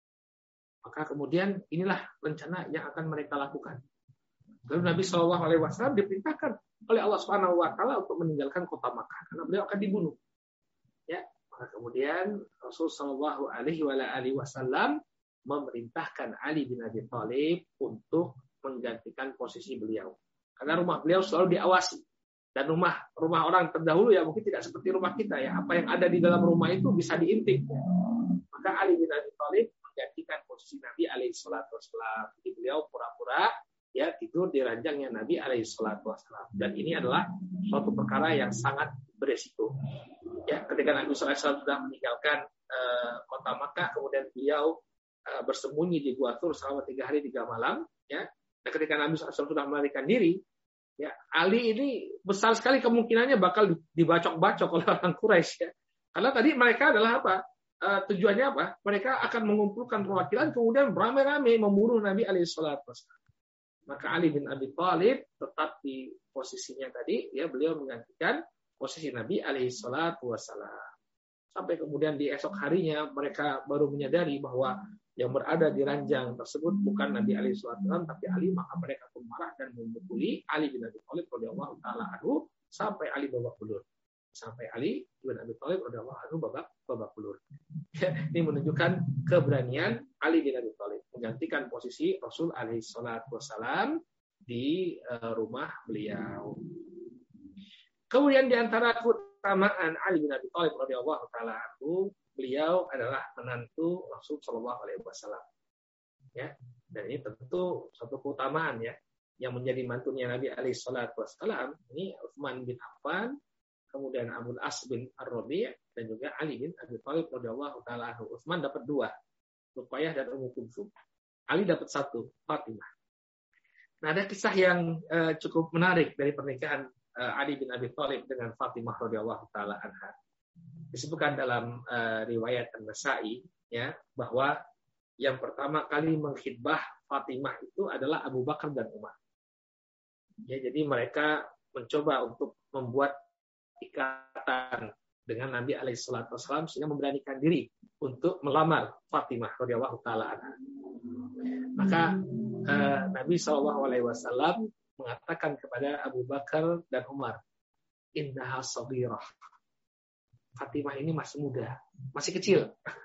Maka kemudian inilah rencana yang akan mereka lakukan. Lalu Nabi shallallahu alaihi wasallam diperintahkan oleh Allah subhanahu wa taala untuk meninggalkan kota Makkah karena beliau akan dibunuh. Ya, maka kemudian Rasul shallallahu alaihi wasallam memerintahkan Ali bin Abi Thalib untuk menggantikan posisi beliau. Karena rumah beliau selalu diawasi. Dan rumah rumah orang terdahulu ya mungkin tidak seperti rumah kita ya. Apa yang ada di dalam rumah itu bisa diintip. Maka Ali bin Abi Thalib menggantikan posisi Nabi alaihi salatu wasallam. Jadi beliau pura-pura ya tidur di ranjangnya Nabi alaihi salatu wasallam. Dan ini adalah suatu perkara yang sangat beresiko. Ya, ketika Nabi sallallahu alaihi wasallam sudah meninggalkan uh, kota Makkah, kemudian beliau uh, bersembunyi di Gua Thur selama tiga hari tiga malam. Ya, dan ketika Nabi sallallahu alaihi wasallam sudah melarikan diri, ya Ali ini besar sekali kemungkinannya bakal dibacok-bacok oleh orang Quraisy. Ya. Karena tadi mereka adalah apa? Uh, tujuannya apa? Mereka akan mengumpulkan perwakilan kemudian beramai-ramai membunuh Nabi alaihi salatu wasallam. Maka Ali bin Abi Thalib tetap di posisinya tadi, ya beliau menggantikan posisi Nabi alaihi salatu wasallam. Sampai kemudian di esok harinya mereka baru menyadari bahwa yang berada di ranjang tersebut bukan Nabi alaihi salatu wasallam tapi Ali, maka mereka pun marah dan memukuli Ali bin Abi Thalib radhiyallahu taala anhu sampai Ali babak belur. Sampai Ali bin Abi Thalib radhiyallahu anhu babak babak belur. Ini menunjukkan keberanian Ali bin Abi Thalib menggantikan posisi Rasul alaihi salatu wasallam di uh, rumah beliau. Kemudian di antara keutamaan Ali bin Abi Thalib radhiyallahu taala anhu, beliau adalah menantu Rasul sallallahu alaihi wasallam. Ya, dan ini tentu suatu keutamaan ya yang menjadi mantunya Nabi alaihi salatu wasallam ini Utsman bin Affan, kemudian Abu As bin Ar-Rabi' dan juga Ali bin Abi Thalib radhiyallahu taala anhu. Utsman dapat dua, Ruqayyah dan Ummu Kulsum. Ali dapat satu, Fatimah. Nah, ada kisah yang uh, cukup menarik dari pernikahan uh, Ali bin Abi Thalib dengan Fatimah radhiyallahu taala anha. Disebutkan dalam uh, riwayat An-Nasa'i ya bahwa yang pertama kali mengkhidbah Fatimah itu adalah Abu Bakar dan Umar. Ya, jadi mereka mencoba untuk membuat ikatan dengan Nabi alaihi salatu wasallam sehingga memberanikan diri untuk melamar Fatimah radhiyallahu taala anha. Maka eh, Nabi shallallahu alaihi wasallam mengatakan kepada Abu Bakar dan Umar, innaha shaghirah. Fatimah ini masih muda, masih kecil.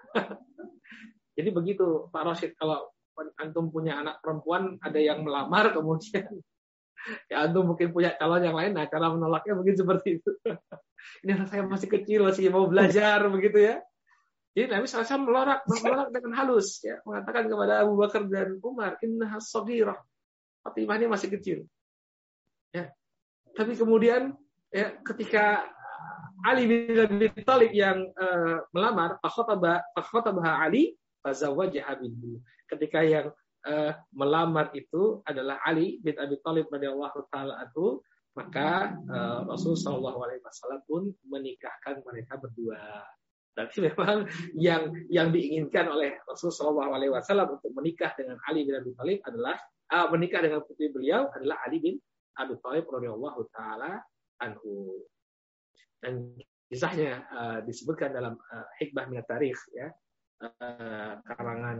Jadi begitu Pak Rosyid, kalau antum punya anak perempuan ada yang melamar kemudian ya antum mungkin punya calon yang lain, nah cara menolaknya mungkin seperti itu. Ini anak saya masih kecil, masih mau belajar begitu ya. Jadi Nabi shallallahu alaihi wasallam melorot, melorot dengan halus ya, mengatakan kepada Abu Bakar dan Umar, innaha shaghirah. Fatimah ini masih kecil. Ya. Tapi kemudian ya, ketika Ali bin Abi Thalib yang uh, melamar, fakhataba fakhatabah Ali fazawwajaha binhu. Ketika yang uh, melamar itu adalah Ali bin Abi Thalib radhiyallahu taala anhu, maka uh, Rasul sallallahu alaihi wasallam pun menikahkan mereka berdua. Tapi memang yang yang diinginkan oleh Rasul sallallahu alaihi wasallam untuk menikah dengan Ali bin Abi Thalib adalah uh, menikah dengan putri beliau adalah Ali bin Abi Thalib radhiyallahu taala anhu. Dan kisahnya uh, disebutkan dalam uh, Hikmah min Tarikh ya, uh, karangan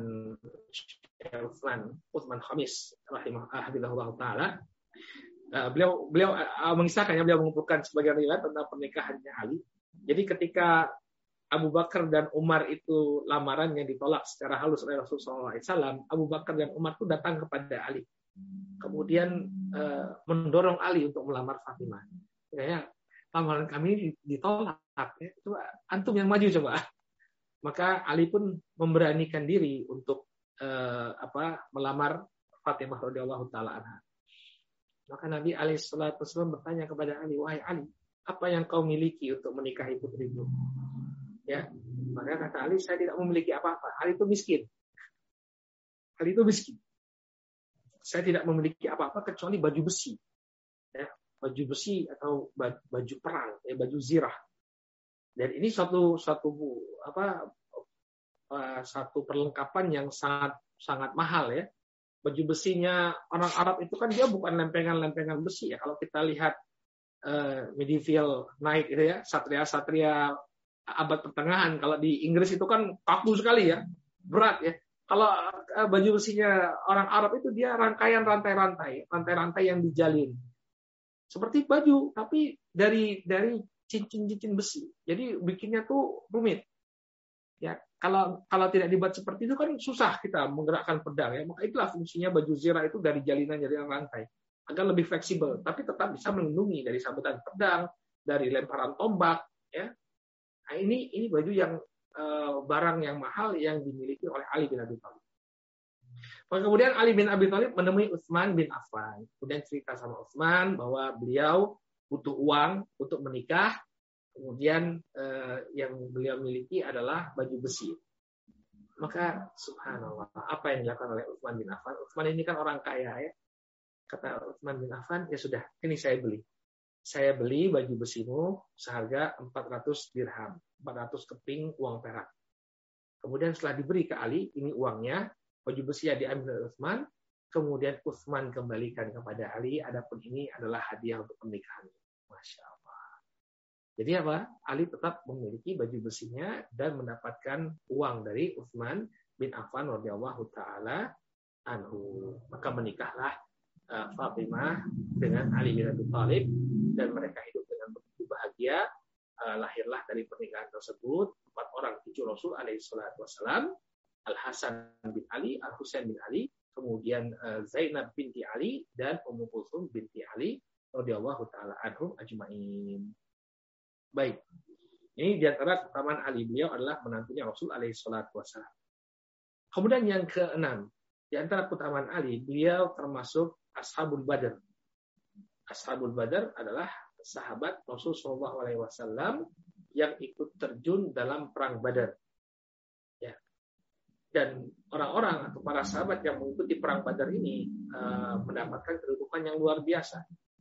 Utsman Utsman Khamis rahimahullah taala. Uh, beliau beliau uh, mengisahkannya, beliau mengumpulkan sebagian riwayat tentang pernikahannya Ali. Jadi ketika Abu Bakar dan Umar itu lamarannya ditolak secara halus oleh Rasulullah shallallahu alaihi wasallam, Abu Bakar dan Umar itu datang kepada Ali. Kemudian uh, mendorong Ali untuk melamar Fatimah. Ya, lamaran kami ditolak. Ya. Coba antum yang maju coba. Maka Ali pun memberanikan diri untuk uh, apa melamar Fatimah radhiyallahu taala anha. Maka Nabi alaihi salatu wasallam bertanya kepada Ali, wahai Ali, apa yang kau miliki untuk menikahi putrimu? Ya, maka kata Ali, saya tidak memiliki apa-apa. Ali itu miskin. Ali itu miskin. saya tidak memiliki apa-apa kecuali baju besi, ya, baju besi atau baju perang, ya, baju zirah. Dan ini suatu suatu apa satu perlengkapan yang sangat sangat mahal, ya. Baju besinya orang Arab itu kan dia bukan lempengan-lempengan besi, ya. Kalau kita lihat uh, medieval knight itu, ya, satria-satria abad pertengahan, kalau di Inggris itu kan kaku sekali, ya, berat, ya. Kalau uh, baju besinya orang Arab itu dia rangkaian rantai-rantai, rantai-rantai yang dijalin. Seperti baju, tapi dari dari cincin-cincin besi. Jadi bikinnya tuh rumit. Ya, kalau kalau tidak dibuat seperti itu kan susah kita menggerakkan pedang, ya. Maka itulah fungsinya baju zirah itu dari jalinan jalinan rantai agar lebih fleksibel, tapi tetap bisa melindungi dari sabetan pedang, dari lemparan tombak, ya. Nah, ini ini baju yang uh, barang yang mahal yang dimiliki oleh Ali bin Abi Thalib. Kemudian Ali bin Abi Thalib menemui Utsman bin Affan, kemudian cerita sama Utsman bahwa beliau butuh uang untuk menikah. Kemudian eh, yang beliau miliki adalah baju besi. Maka subhanallah, apa yang dilakukan oleh Utsman bin Affan? Utsman ini kan orang kaya, ya. Kata Utsman bin Affan, ya sudah, ini saya beli. Saya beli baju besimu seharga empat ratus dirham, empat ratus keping uang perak. Kemudian setelah diberi ke Ali, ini uangnya, baju besi yang diambil oleh Utsman, kemudian Utsman kembalikan kepada Ali, adapun ini adalah hadiah untuk pernikahan. Masya Allah. Jadi apa? Ali tetap memiliki baju besinya dan mendapatkan uang dari Utsman bin Affan radhiyallahu taala anhu. Maka menikahlah uh, Fatimah dengan Ali bin Abi Thalib dan mereka hidup dengan begitu bahagia. Uh, lahirlah dari pernikahan tersebut empat orang cucu Rasul alaihi salatu wasalam, Al Hasan bin Ali, Al Husain bin Ali, kemudian uh, Zainab binti Ali dan Ummu Kulsum binti Ali radhiyallahu taala anhum ajmain. Baik, ini diantara keutamaan Ali, beliau adalah menantunya Rasul alaihi salatu wassalam. Kemudian yang keenam, diantara keutamaan Ali, beliau termasuk Ashabul Badar. Ashabul Badar adalah sahabat Rasul shallallahu alaihi wasallam yang ikut terjun dalam perang Badar. Ya. Dan orang-orang atau para sahabat yang mengikuti perang Badar ini uh, mendapatkan kedudukan yang luar biasa.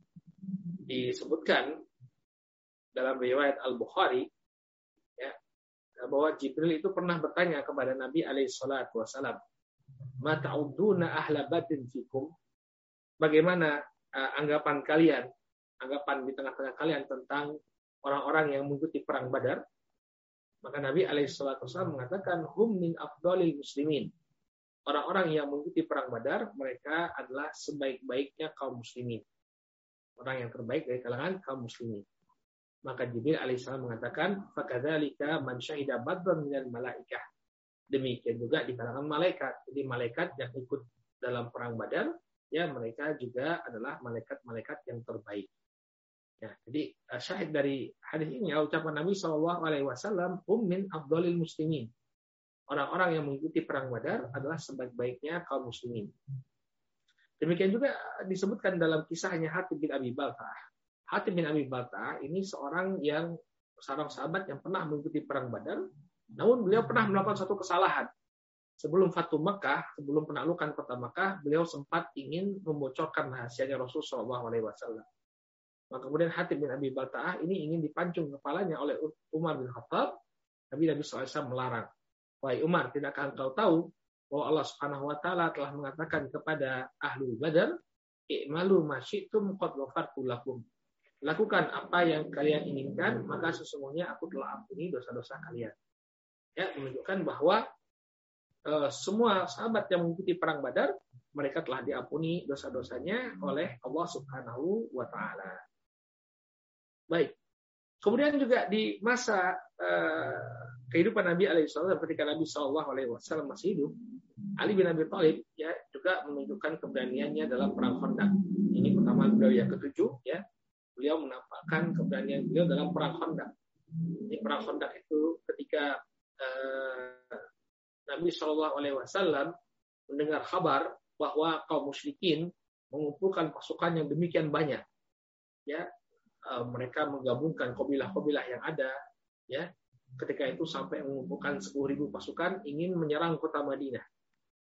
Disebutkan dalam riwayat Al-Bukhari, ya, bahwa Jibril itu pernah bertanya kepada Nabi alaihi salatu wasallam, "Ma ta'uduna ahla badrin fikum?" Bagaimana uh, anggapan kalian, anggapan di tengah-tengah kalian tentang orang-orang yang mengikuti perang Badar? Maka Nabi alaihi salatu wasallam mengatakan, "Hum min afdhalil muslimin." Orang-orang yang mengikuti perang Badar, mereka adalah sebaik-baiknya kaum muslimin. Orang yang terbaik dari kalangan kaum muslimin. Maka Jibril alaihissalam mengatakan, "Fakadzalika man syahida badran minal malaikah." Demikian juga di kalangan malaikat. Jadi malaikat yang ikut dalam perang Badar, ya mereka juga adalah malaikat-malaikat yang terbaik. Ya, jadi syahid dari hadis ini ucapan Nabi shallallahu alaihi wasallam, "Hum min afdhalil muslimin." Orang-orang yang mengikuti perang Badar adalah sebaik-baiknya kaum muslimin. Demikian juga disebutkan dalam kisahnya Hatib bin Abi Balta'ah. Hatib bin Abi Balta'ah ini seorang yang seorang sahabat yang pernah mengikuti perang Badar, namun beliau pernah melakukan satu kesalahan. Sebelum Fatu Makkah, sebelum penaklukan kota Makkah, beliau sempat ingin membocorkan rahasianya Rasul shallallahu alaihi wasallam. Maka kemudian Hatib bin Abi Balta'ah ini ingin dipancung kepalanya oleh Umar bin Khattab. Nabi Nabi shallallahu alaihi wasallam melarang. "Wahai Umar, tidakkah engkau tahu bahwa Allah Subhanahu wa taala telah mengatakan kepada Ahlul Badar, i'malu ma syi'tum qad ghafartu lakum." Lakukan apa yang kalian inginkan, maka sesungguhnya aku telah ampuni dosa-dosa kalian. Ya, menunjukkan bahwa e, semua sahabat yang mengikuti perang Badar, mereka telah diampuni dosa-dosanya oleh Allah Subhanahu wa taala. Baik. Kemudian juga di masa e, kehidupan Nabi alaihi wasallam, ketika Nabi shallallahu alaihi wasallam masih hidup, Ali bin Abi Thalib ya juga menunjukkan keberaniannya dalam perang Khandaq. Ini keutamaan beliau yang ketujuh, ya. Beliau menampakkan keberanian beliau dalam perang Khandaq. Ini perang Khandaq itu ketika eh, Nabi shallallahu alaihi wasallam mendengar kabar bahwa kaum musyrikin mengumpulkan pasukan yang demikian banyak, ya, eh, mereka menggabungkan kabilah-kabilah yang ada, ya, ketika itu sampai mengumpulkan sepuluh ribu pasukan ingin menyerang kota Madinah.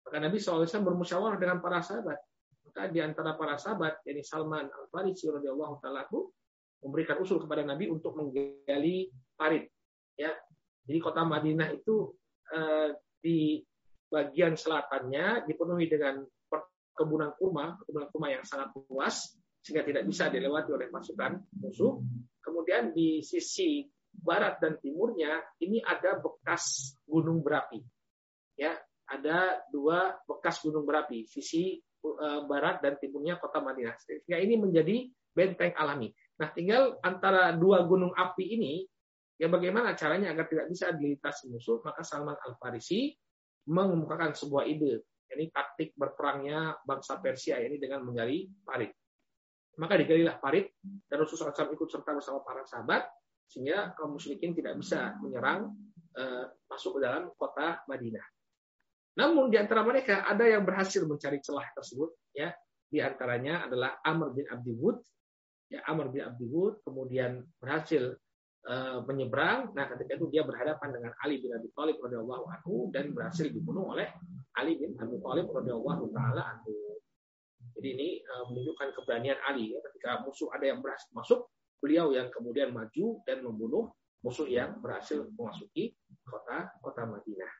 Maka Nabi shallallahu alaihi wasallam bermusyawarah dengan para sahabat. Maka di antara para sahabat, yakni Salman Al-Farisi radhiyallahu ta'ala memberikan usul kepada Nabi untuk menggali parit. Ya, jadi kota Madinah itu eh, di bagian selatannya dipenuhi dengan perkebunan kurma, perkebunan kurma yang sangat luas sehingga tidak bisa dilewati oleh pasukan musuh. Kemudian di sisi barat dan timurnya ini ada bekas gunung berapi. Ya, ada dua bekas gunung berapi, sisi uh, barat dan timurnya kota Madinah. Sehingga ini menjadi benteng alami. Nah, tinggal antara dua gunung api ini, ya bagaimana caranya agar tidak bisa dilintasi musuh, maka Salman Al-Farisi mengemukakan sebuah ide, yakni taktik berperangnya bangsa Persia ini dengan menggali parit. Maka digalilah parit dan Rasulullah shallallahu alaihi wasallam ikut serta bersama para sahabat sehingga kaum musyrikin tidak bisa menyerang eh, masuk ke dalam kota Madinah. Namun di antara mereka ada yang berhasil mencari celah tersebut, ya. Di antaranya adalah Amr bin Abdi Wud, ya Amr bin Abdi Wud kemudian berhasil uh, menyeberang. Nah, ketika itu dia berhadapan dengan Ali bin Abi Thalib radhiyallahu anhu dan berhasil dibunuh oleh Ali bin Abi Thalib radhiyallahu taala anhu. Jadi ini uh, menunjukkan keberanian Ali, ya, ketika musuh ada yang berhasil masuk, beliau yang kemudian maju dan membunuh musuh yang berhasil memasuki kota kota Madinah.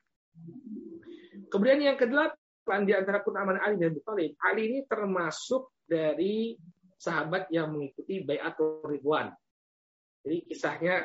Kemudian yang kedelapan di antara keutamaan Ali bin Abi Thalib, Ali ini termasuk dari sahabat yang mengikuti Bai'atul Ridwan. Jadi kisahnya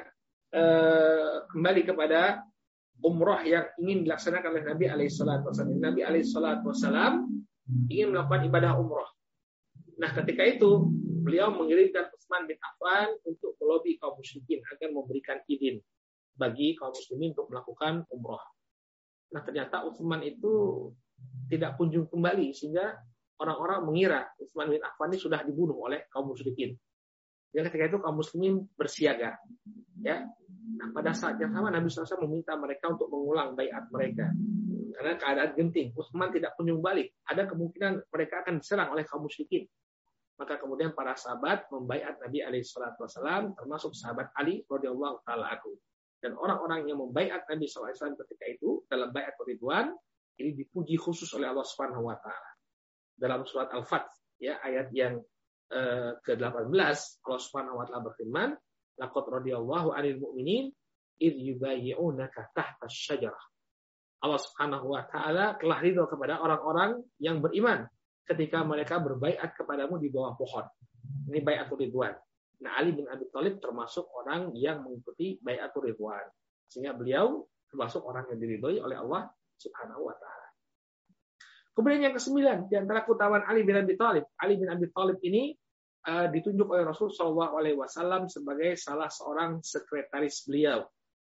eh, kembali kepada umroh yang ingin dilaksanakan oleh Nabi alaihi salatu wasallam. Nabi alaihi salatu wasallam ingin melakukan ibadah umroh. Nah, ketika itu beliau mengirimkan Utsman bin Affan untuk melobi kaum musyrikin agar memberikan izin bagi kaum muslimin untuk melakukan umroh. Nah, ternyata Utsman itu tidak kunjung kembali sehingga orang-orang mengira Utsman bin Affan ini sudah dibunuh oleh kaum musyrikin. Dan ketika itu kaum muslimin bersiaga. Ya. Nah, pada saat yang sama Nabi shallallahu alaihi wasallam meminta mereka untuk mengulang baiat mereka. Karena keadaan genting, Utsman tidak kunjung balik. Ada kemungkinan mereka akan diserang oleh kaum musyrikin. Maka kemudian para sahabat membaiat Nabi alaihi salatu wasallam, termasuk sahabat Ali radhiyallahu taala anhu. Dan orang-orang yang membaiat Nabi shallallahu alaihi wasallam ketika itu dalam Bai'atul Ridwan ini dipuji khusus oleh Allah Subhanahu wa taala. Dalam surat Al-Fath, ya, ayat yang eh, ke delapan belas, Allah Subhanahu wa taala berfirman, laqad radiyallahu 'anil mu'minin idh yubayyi'unaka tahta asy-syajarah. Allah Subhanahu wa taala telah ridho kepada orang-orang yang beriman ketika mereka berbaiat kepadamu di bawah pohon. Ini Bai'atul Ridwan. Nah, Ali bin Abi Thalib termasuk orang yang mengikuti Bai'atul Ridwan. Sehingga beliau termasuk orang yang diridhoi oleh Allah Subhanahu wa taala. Kemudian yang kesembilan, di antara keutamaan Ali bin Abi Thalib. Ali bin Abi Thalib ini uh, ditunjuk oleh Rasul shallallahu alaihi wasallam sebagai salah seorang sekretaris beliau.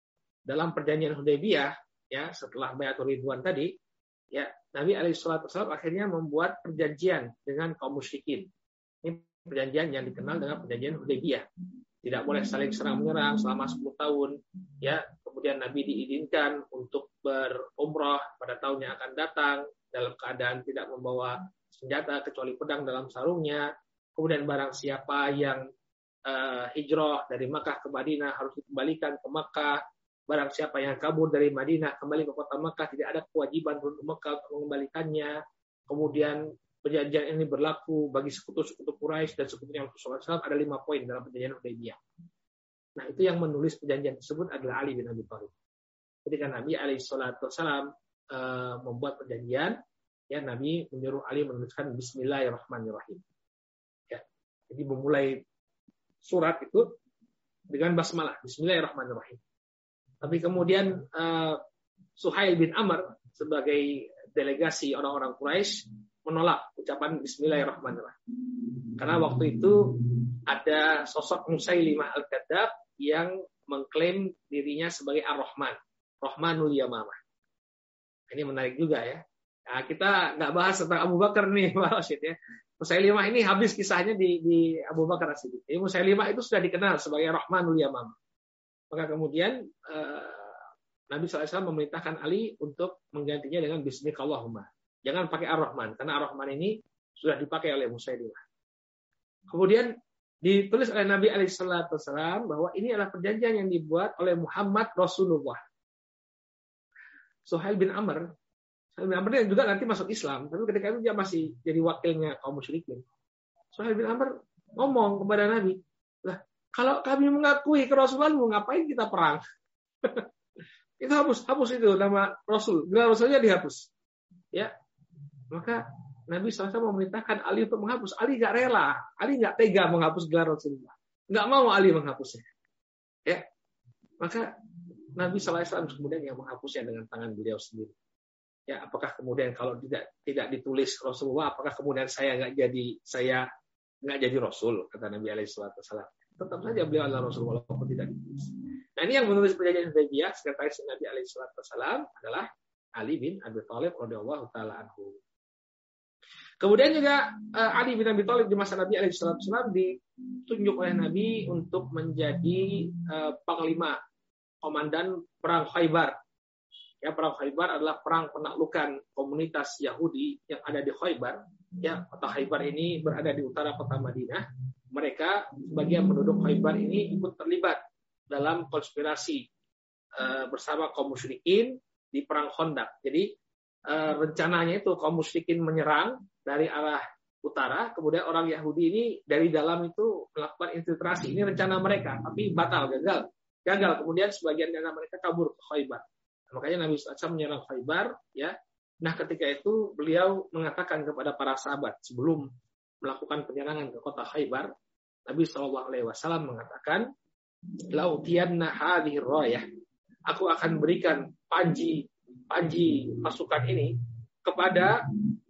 Dalam perjanjian Hudaybiyah, ya, setelah Bai'atul Ridwan tadi, ya, Nabi alaihi salatu wasallam akhirnya membuat perjanjian dengan kaum musyrikin. Ini perjanjian yang dikenal dengan perjanjian Hudaybiyah. Tidak boleh saling serang menyerang selama sepuluh tahun, ya. Kemudian Nabi diizinkan untuk berumrah pada tahun yang akan datang dalam keadaan tidak membawa senjata kecuali pedang dalam sarungnya. Kemudian barang siapa yang uh, hijrah dari Makkah ke Madinah harus dikembalikan ke Makkah. Barang siapa yang kabur dari Madinah kembali ke kota Makkah tidak ada kewajiban untuk Makkah untuk mengembalikannya. Kemudian perjanjian ini berlaku bagi sekutu-sekutu Quraisy dan sekutunya Rasulullah shallallahu alaihi wasallam. Ada lima poin dalam perjanjian Hudaybiyah. Nah, itu yang menulis perjanjian tersebut adalah Ali bin Abi Thalib. Ketika Nabi alaihi salatu wasallam Uh, membuat perjanjian, ya, Nabi menyuruh Ali menuliskan Bismillahirrahmanirrahim. Ya, jadi memulai surat itu dengan basmalah, Bismillahirrahmanirrahim. Tapi kemudian uh, Suhail bin Amr sebagai delegasi orang-orang Quraisy menolak ucapan Bismillahirrahmanirrahim. Karena waktu itu ada sosok Musailimah Al-Kadzab yang mengklaim dirinya sebagai Ar-Rahman, Rahmanul Yamamah. Ini menarik juga, ya. Nah, kita nggak bahas tentang Abu Bakar nih, Pak Rashid, ya. Musailimah ini habis kisahnya di, di Abu Bakar As-Siddiq. Jadi Musailimah itu sudah dikenal sebagai Rahmanul Yamamah. Maka kemudian eh, Nabi shallallahu alaihi wasallam memerintahkan Ali untuk menggantinya dengan Bismillahirrahmanirrahim. Jangan pakai Ar-Rahman, karena Ar-Rahman ini sudah dipakai oleh Musailimah. Kemudian ditulis oleh Nabi alaihi salatu wasallam bahwa ini adalah perjanjian yang dibuat oleh Muhammad Rasulullah. Suhail bin Amr Suhail bin Amr juga nanti masuk Islam, tapi ketika itu dia masih jadi wakilnya kaum musyrikin. Suhail bin Amr ngomong kepada Nabi, lah kalau kami mengakui kerasulanmu, ngapain kita perang? Itu hapus, hapus itu nama Rasul, gelar Rasulnya dihapus. Ya, maka Nabi shallallahu alaihi wasallam memerintahkan Ali untuk menghapus. Ali nggak rela, Ali nggak tega menghapus gelar Rasulullah, nggak mau Ali menghapusnya. Ya, maka Nabi shallallahu alaihi wasallam kemudian yang menghapusnya dengan tangan beliau sendiri. Ya, apakah kemudian kalau tidak tidak ditulis Rasulullah, apakah kemudian saya nggak jadi saya nggak jadi Rasul? Kata Nabi alaihi wasallam. Tetap saja beliau adalah Rasul walaupun tidak ditulis. Nah, ini yang menulis perjanjian Hudaybiyah sekretaris Nabi alaihi wasallam adalah Ali bin Abi Thalib radhiyallahu taala anhu. Kemudian juga uh, Ali bin Abi Thalib di masa Nabi alaihi wasallam ditunjuk oleh Nabi untuk menjadi uh, panglima komandan perang Khaybar. Ya, perang Khaybar adalah perang penaklukan komunitas Yahudi yang ada di Khaybar. Ya, kota Khaybar ini berada di utara kota Madinah. Mereka sebagian penduduk Khaybar ini ikut terlibat dalam konspirasi uh, bersama kaum musyrikin di perang Khandaq. Jadi uh, rencananya itu kaum musyrikin menyerang dari arah utara, kemudian orang Yahudi ini dari dalam itu melakukan infiltrasi. Ini rencana mereka, tapi batal, gagal. Gagal. Kemudian sebagian dari mereka kabur ke Khaybar. Makanya Nabi shallallahu alaihi wasallam menyerang Khaybar, ya. Nah, ketika itu beliau mengatakan kepada para sahabat sebelum melakukan penyerangan ke kota Khaybar, Nabi shallallahu alaihi wasallam mengatakan, "Lau tiyanna hadhihi rayah." Aku akan berikan panji panji pasukan ini kepada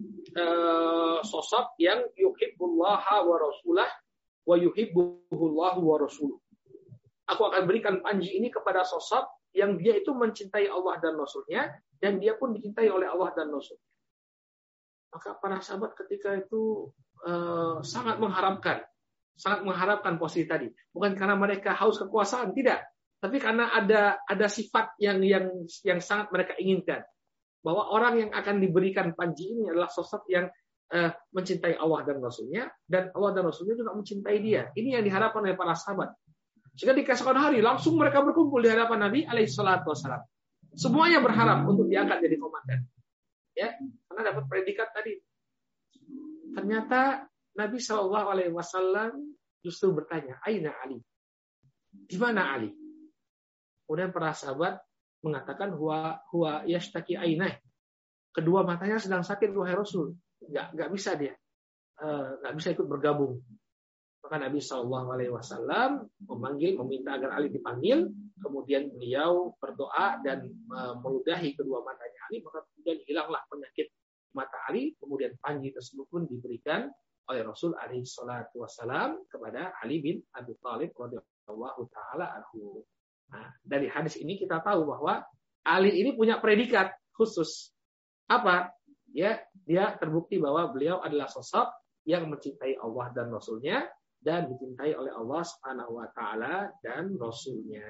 uh, sosok yang yuhibbullaha wa rasulah wa yuhibbuhullahu wa rasuluh. Aku akan berikan panji ini kepada sosok yang dia itu mencintai Allah dan Rasulnya, dan dia pun dicintai oleh Allah dan Rasulnya. Maka para sahabat ketika itu uh, sangat mengharapkan, sangat mengharapkan posisi tadi. Bukan karena mereka haus kekuasaan, tidak. Tapi karena ada ada sifat yang yang yang sangat mereka inginkan. Bahwa orang yang akan diberikan panji ini adalah sosok yang uh, mencintai Allah dan Rasulnya, dan Allah dan Rasulnya juga mencintai dia. Ini yang diharapkan oleh para sahabat. Jika di keesokan hari langsung mereka berkumpul di hadapan Nabi alaihi salatu wasallam. Semuanya berharap untuk diangkat jadi komandan. Ya, karena dapat predikat tadi. Ternyata Nabi shallallahu alaihi wasallam justru bertanya, "Aina Ali?" Di mana Ali? Kemudian para sahabat mengatakan, "Huwa huwa yashtaki ainah." Kedua matanya sedang sakit, wahai Rasul. Enggak enggak bisa dia. Enggak uh, bisa ikut bergabung. Maka Nabi shallallahu alaihi wasallam memanggil, meminta agar Ali dipanggil, kemudian beliau berdoa dan meludahi kedua matanya Ali, maka kemudian hilanglah penyakit mata Ali, kemudian panji tersebut pun diberikan oleh Rasul alaihi salatu wasallam kepada Ali bin Abi Thalib radhiyallahu taala anhu. Nah, dari hadis ini kita tahu bahwa Ali ini punya predikat khusus. Apa? Ya, dia terbukti bahwa beliau adalah sosok yang mencintai Allah dan Rasulnya, dan dicintai oleh Allah Subhanahu wa taala dan Rasulnya.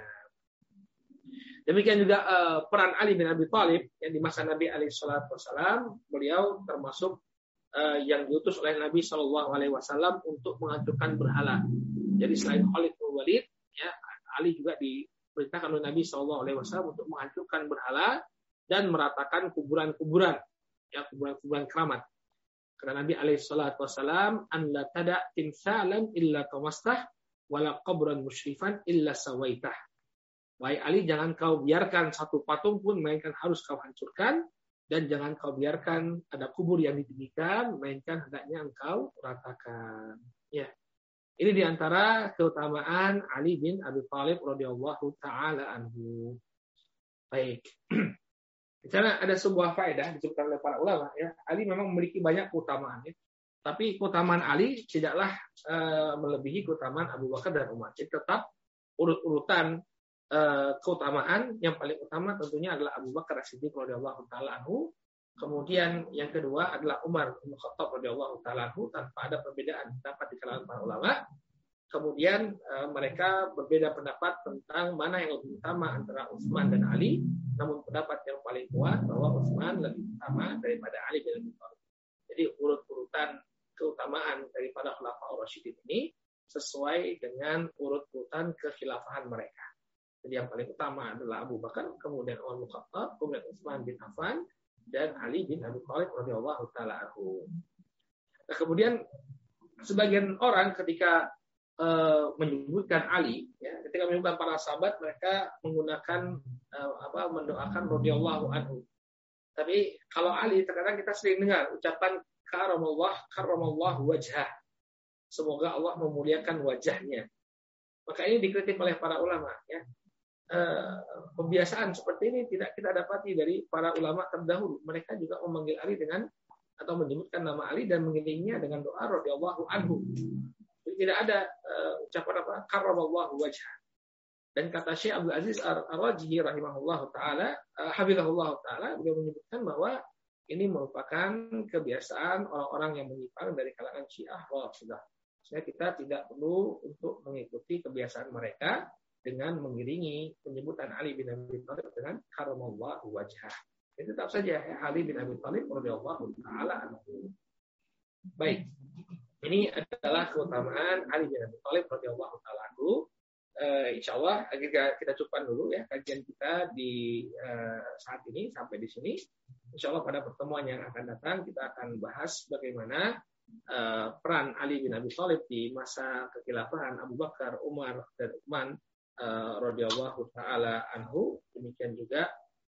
Demikian juga uh, peran Ali bin Abi Thalib yang di masa Nabi alaihi salatu wasallam, beliau termasuk uh, yang diutus oleh Nabi sallallahu alaihi wasallam untuk menghancurkan berhala. Jadi selain Khalid bin Walid, ya, Ali juga diperintahkan oleh Nabi sallallahu alaihi wasallam untuk menghancurkan berhala dan meratakan kuburan-kuburan, ya, kuburan-kuburan keramat. Karena Nabi alaihi salatu wasallam, "An la tada timsalan illa tamastah wala qabran musyrifan illa sawaitah." Wahai Ali, jangan kau biarkan satu patung pun melainkan harus kau hancurkan, dan jangan kau biarkan ada kubur yang ditinggikan melainkan hendaknya engkau ratakan. Ya. Ini diantara keutamaan Ali bin Abi Thalib radhiyallahu taala anhu. Baik. Di sana ada sebuah faedah disebutkan oleh para ulama, ya. Ali memang memiliki banyak keutamaan, ya. Tapi keutamaan Ali tidaklah uh, melebihi keutamaan Abu Bakar dan Umar. Jadi tetap urut-urutan uh, keutamaan yang paling utama tentunya adalah Abu Bakar As-Siddiq radhiyallahu taala anhu. Kemudian yang kedua adalah Umar bin Khattab radhiyallahu taala anhu, tanpa ada perbedaan pendapat di kalangan para ulama. Kemudian uh, mereka berbeda pendapat tentang mana yang lebih utama antara Utsman dan Ali. Namun pendapat yang paling kuat bahwa Utsman lebih utama daripada Ali bin Abi Thalib. Jadi urut-urutan keutamaan daripada Khulafaur Rasyidin ini sesuai dengan urut-urutan kekhilafahan mereka. Jadi yang paling utama adalah Abu Bakar, kemudian Umar bin Khattab, kemudian Utsman bin Affan, dan Ali bin Abi Thalib radhiyallahu taala anhu. Nah, kemudian sebagian orang ketika uh, menyebutkan Ali, ya, ketika menyebutkan para sahabat, mereka menggunakan uh, apa mendoakan radhiyallahu anhu. Tapi kalau Ali, terkadang kita sering dengar ucapan karamallah karamallahu wajhah. Semoga Allah memuliakan wajahnya. Maka ini dikritik oleh para ulama, ya. Uh, pembiasaan seperti ini tidak kita dapati dari para ulama terdahulu. Mereka juga memanggil Ali dengan atau menyebutkan nama Ali dan mengiringinya dengan doa radhiyallahu anhu. Jadi tidak ada uh, ucapan apa karamallahu wajhah. Dan kata Syekh Abdul Aziz Ar-Rajihi rahimahullahu taala, uh, hafizahullahu taala, beliau menyebutkan bahwa ini merupakan kebiasaan orang-orang yang menyimpang dari kalangan Syiah Rafidhah. Sehingga kita tidak perlu untuk mengikuti kebiasaan mereka dengan mengiringi penyebutan Ali bin Abi Thalib dengan karamallahu wajhah. Itu tetap saja ya, Ali bin Abi Thalib radhiyallahu taala anhu. Baik. Ini adalah keutamaan Ali bin Abi Thalib radhiyallahu taala anhu. Uh, insyaallah kita kita cukupkan dulu ya kajian kita di uh, saat ini sampai di sini. Insyaallah pada pertemuan yang akan datang kita akan bahas bagaimana uh, peran Ali bin Abi Thalib di masa kekhilafahan Abu Bakar, Umar dan Utsman Uh, radhiyallahu taala anhu. Demikian juga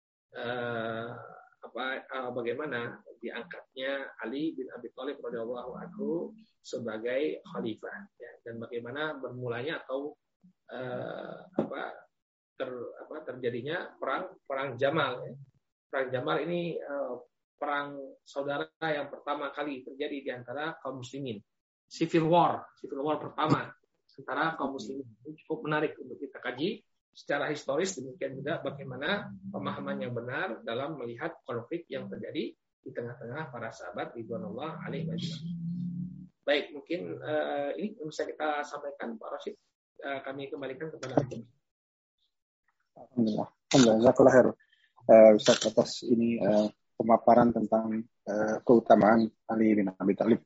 uh, apa uh, bagaimana diangkatnya Ali bin Abi Thalib radhiyallahu anhu sebagai khalifah, ya, dan bagaimana bermulanya atau uh, apa ter apa terjadinya perang perang Jamal, ya. Perang Jamal ini uh, perang saudara yang pertama kali terjadi di antara kaum muslimin. Civil War, Civil War pertama antara kaum muslimin. Ini cukup menarik untuk kita kaji secara historis. Demikian juga bagaimana pemahaman yang benar dalam melihat konflik yang terjadi di tengah-tengah para sahabat ridwanullah alaihi wasallam. Baik, mungkin uh, ini bisa kita sampaikan Pak Rashid. Uh, kami kembalikan kepada Anda. Alhamdulillah. Alhamdulillah. Uh, Ustaz atas ini uh, pemaparan tentang uh, keutamaan Ali bin Abi Thalib.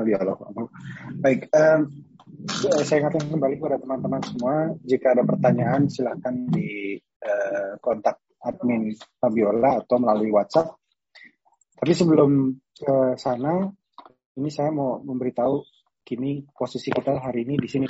Baik, um, saya ingatkan kembali kepada teman-teman semua, jika ada pertanyaan silakan di uh, kontak admin Fabiola atau melalui WhatsApp. Tapi sebelum ke sana, ini saya mau memberitahu kini posisi kita hari ini di sini.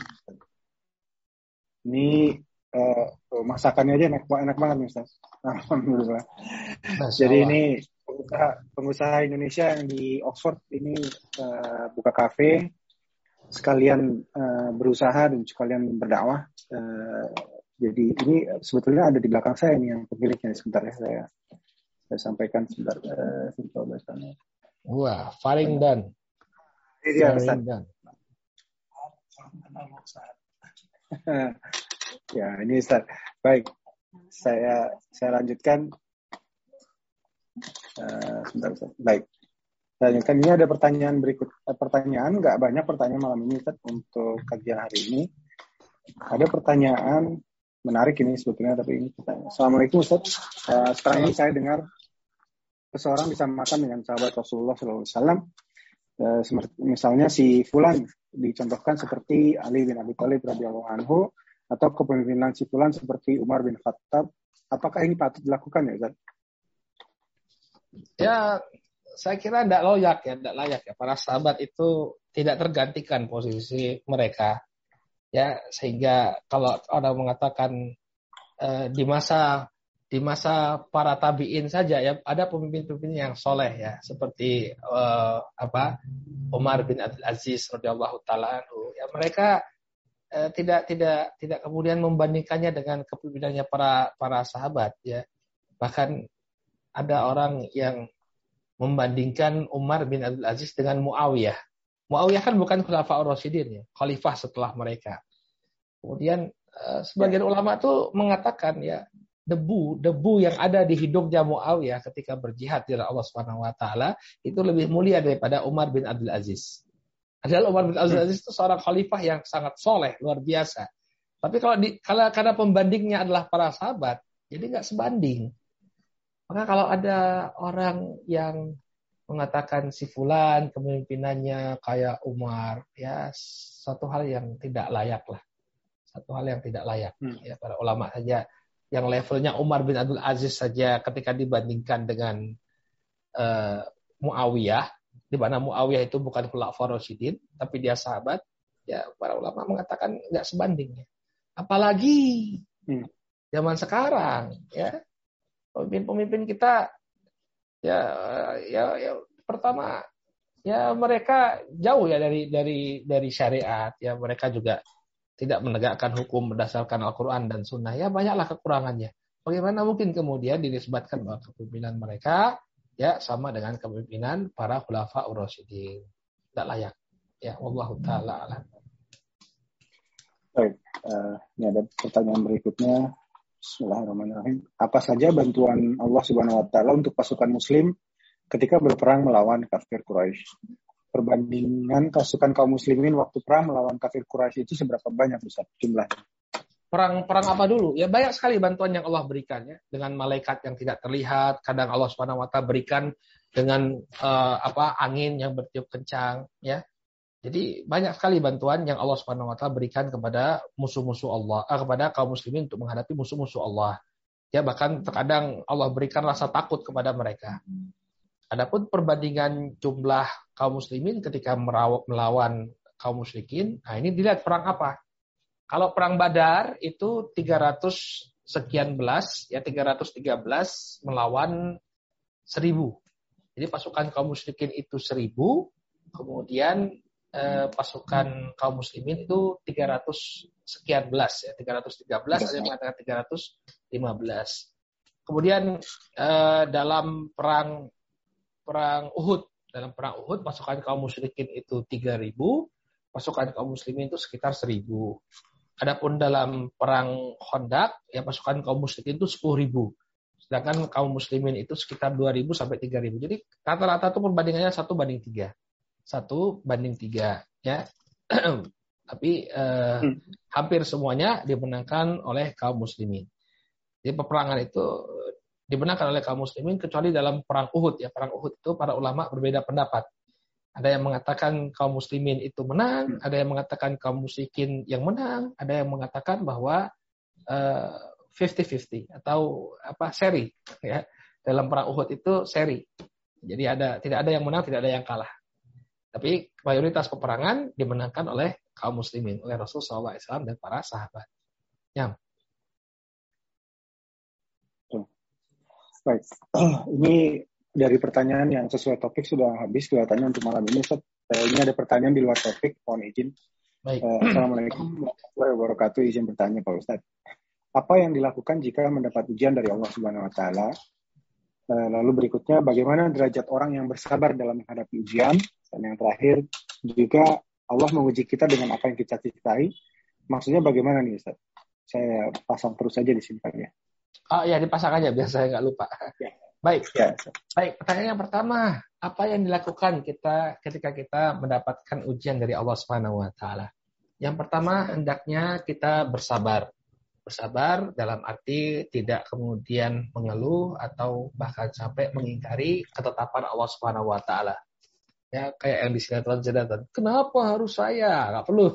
Ini uh, masakannya aja enak, enak banget nih Ustaz. Alhamdulillah. Jadi ini pengusaha, pengusaha Indonesia yang di Oxford ini uh, buka kafe, sekalian uh, berusaha dan sekalian berdakwah. Uh, jadi ini sebetulnya ada di belakang saya ini yang pemiliknya. Sebentar ya, saya saya sampaikan sebentar. Uh, Wah, Faring Dan. Ini dia Ustaz. Ya, ini Ustaz. Baik, saya saya lanjutkan. Uh, sebentar, Ustaz. Baik. Lanjutkan, ini ada pertanyaan berikut. Eh, pertanyaan, nggak banyak pertanyaan malam ini Ustaz untuk kajian hari ini. Ada pertanyaan menarik ini sebetulnya, tapi ini pertanyaan. Assalamualaikum Ustaz. Uh, sekarang ini saya dengar seseorang bisa makan dengan sahabat Rasulullah shallallahu alaihi wasallam. Uh, misalnya si Fulan dicontohkan seperti Ali bin Abi Thalib radhiyallahu anhu, atau kepemimpinan si Fulan seperti Umar bin Khattab. Apakah ini patut dilakukan ya Ustaz? Ya, saya kira tidak layak ya, tidak layak ya. Para sahabat itu tidak tergantikan posisi mereka, ya, sehingga kalau orang mengatakan eh, di masa di masa para tabiin saja ya ada pemimpin-pemimpin yang soleh ya, seperti eh, apa Umar bin Abdul Aziz radhiyallahu taala anhu. Ya, mereka eh, tidak tidak tidak kemudian membandingkannya dengan kepemimpinannya para para sahabat ya. Bahkan ada orang yang membandingkan Umar bin Abdul Aziz dengan Muawiyah. Muawiyah kan bukan Khulafaur Rasyidin ya, khalifah setelah mereka. Kemudian uh, sebagian ulama tuh mengatakan ya debu debu yang ada di hidungnya Muawiyah ketika berjihad di Allah Subhanahu wa taala itu lebih mulia daripada Umar bin Abdul Aziz. Padahal Umar bin Abdul Aziz itu seorang khalifah yang sangat soleh, luar biasa. Tapi kalau di, kalau karena pembandingnya adalah para sahabat, jadi nggak sebanding. Maka kalau ada orang yang mengatakan si Fulan kepemimpinannya kayak Umar, ya satu hal yang tidak layak lah. Satu hal yang tidak layak. Hmm. Ya, para ulama saja yang levelnya Umar bin Abdul Aziz saja ketika dibandingkan dengan uh, Muawiyah, di mana Muawiyah itu bukan Khulafaur Rasyidin, tapi dia sahabat, ya para ulama mengatakan nggak sebanding. Apalagi hmm. zaman sekarang, ya pemimpin-pemimpin kita, ya, ya, ya pertama, ya mereka jauh ya dari dari dari syariat, ya mereka juga tidak menegakkan hukum berdasarkan Al-Quran dan Sunnah, ya banyaklah kekurangannya. Bagaimana mungkin kemudian dinisbatkan bahwa kepemimpinan mereka ya sama dengan kepemimpinan para Khulafaur Rasyidin? Tidak layak. Ya, wallahu taala alam. Baik, uh, ini ada pertanyaan berikutnya. Bismillahirrahmanirrahim. Apa saja bantuan Allah Subhanahu wa taala untuk pasukan muslim ketika berperang melawan kafir Quraisy? Perbandingan pasukan kaum muslimin waktu perang melawan kafir Quraisy itu seberapa banyak Ustaz jumlahnya? Perang perang apa dulu? Ya banyak sekali bantuan yang Allah berikan ya, dengan malaikat yang tidak terlihat. Kadang Allah Subhanahu wa taala berikan dengan uh, apa angin yang bertiup kencang ya. Jadi banyak sekali bantuan yang Allah Subhanahu wa taala berikan kepada musuh-musuh Allah, eh, kepada kaum muslimin untuk menghadapi musuh-musuh Allah. Ya bahkan terkadang Allah berikan rasa takut kepada mereka. Adapun perbandingan jumlah kaum muslimin ketika melawan kaum musyrikin, nah ini dilihat perang apa. Kalau perang Badar itu tiga ratus sekian belas, ya tiga ratus tiga belas melawan seribu. Jadi pasukan kaum musyrikin itu seribu, kemudian eh, pasukan kaum muslimin itu tiga ratus sekian belas, ya tiga ratus tiga belas, ada yang mengatakan tiga ratus lima belas. Kemudian eh, dalam perang perang Uhud, dalam perang Uhud pasukan kaum musyrikin itu tiga ribu, pasukan kaum muslimin itu sekitar seribu. Adapun dalam perang Khandaq, ya pasukan kaum musyrikin itu sepuluh ribu. Sedangkan kaum muslimin itu sekitar dua ribu sampai tiga ribu. Jadi rata-rata itu perbandingannya satu banding tiga. satu banding tiga. Ya. Tapi eh, hmm. hampir semuanya dimenangkan oleh kaum muslimin. Jadi peperangan itu dimenangkan oleh kaum muslimin kecuali dalam perang Uhud. Ya, perang Uhud itu para ulama berbeda pendapat. Ada yang mengatakan kaum muslimin itu menang, ada yang mengatakan kaum musyrikin yang menang, ada yang mengatakan bahwa uh, fifty fifty atau apa seri ya. Dalam perang Uhud itu seri. Jadi ada tidak ada yang menang, tidak ada yang kalah. Tapi mayoritas peperangan dimenangkan oleh kaum muslimin, oleh Rasulullah shallallahu alaihi wasallam dan para sahabat. Yang Baik, ini dari pertanyaan yang sesuai topik sudah habis kelihatannya untuk malam ini. Ustaz, ini ada pertanyaan di luar topik, mohon izin. Baik. Uh, Assalamualaikum warahmatullahi wabarakatuh. Izin bertanya Pak Ustaz. Apa yang dilakukan jika mendapat ujian dari Allah Subhanahu wa taala? Uh, lalu berikutnya, bagaimana derajat orang yang bersabar dalam menghadapi ujian? Dan yang terakhir, jika Allah menguji kita dengan apa yang kita cintai, maksudnya bagaimana nih Ustaz? Saya pasang terus saja di sini Pak ya. Oh ya, dipasang aja biar saya nggak lupa. Ya. Baik, ya. Baik. Pertanyaan yang pertama, apa yang dilakukan kita ketika kita mendapatkan ujian dari Allah Subhanahu Wa Taala? Yang pertama, hendaknya kita bersabar. Bersabar dalam arti tidak kemudian mengeluh atau bahkan sampai mengingkari ketetapan Allah Subhanahu Wa Taala. Ya, kayak yang di sinetron-sinetron. Kenapa harus saya? Nggak perlu.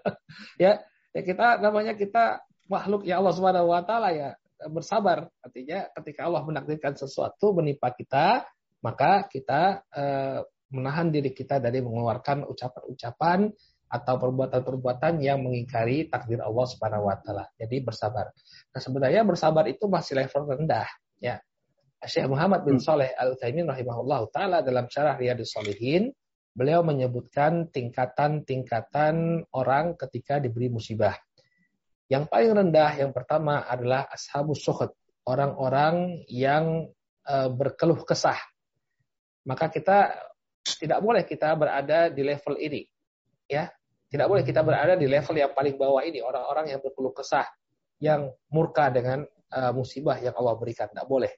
ya, ya kita namanya kita makhluk ya Allah Subhanahu Wa Taala ya. Bersabar, artinya ketika Allah menakdirkan sesuatu menimpa kita, maka kita eh, menahan diri kita dari mengeluarkan ucapan-ucapan atau perbuatan-perbuatan yang mengingkari takdir Allah Subhanahu wa taala. Jadi bersabar. Nah, sebenarnya bersabar itu masih level rendah, ya. Syekh Muhammad bin Shalih Al-Utsaimin rahimahullahu taala dalam Syarah Riyadhus Shalihin, beliau menyebutkan tingkatan-tingkatan orang ketika diberi musibah. Yang paling rendah yang pertama adalah ashabus sukhut, orang-orang yang e, berkeluh kesah. Maka kita tidak boleh kita berada di level ini, ya. Tidak boleh kita berada di level yang paling bawah ini, orang-orang yang berkeluh kesah, yang murka dengan e, musibah yang Allah berikan, tidak boleh.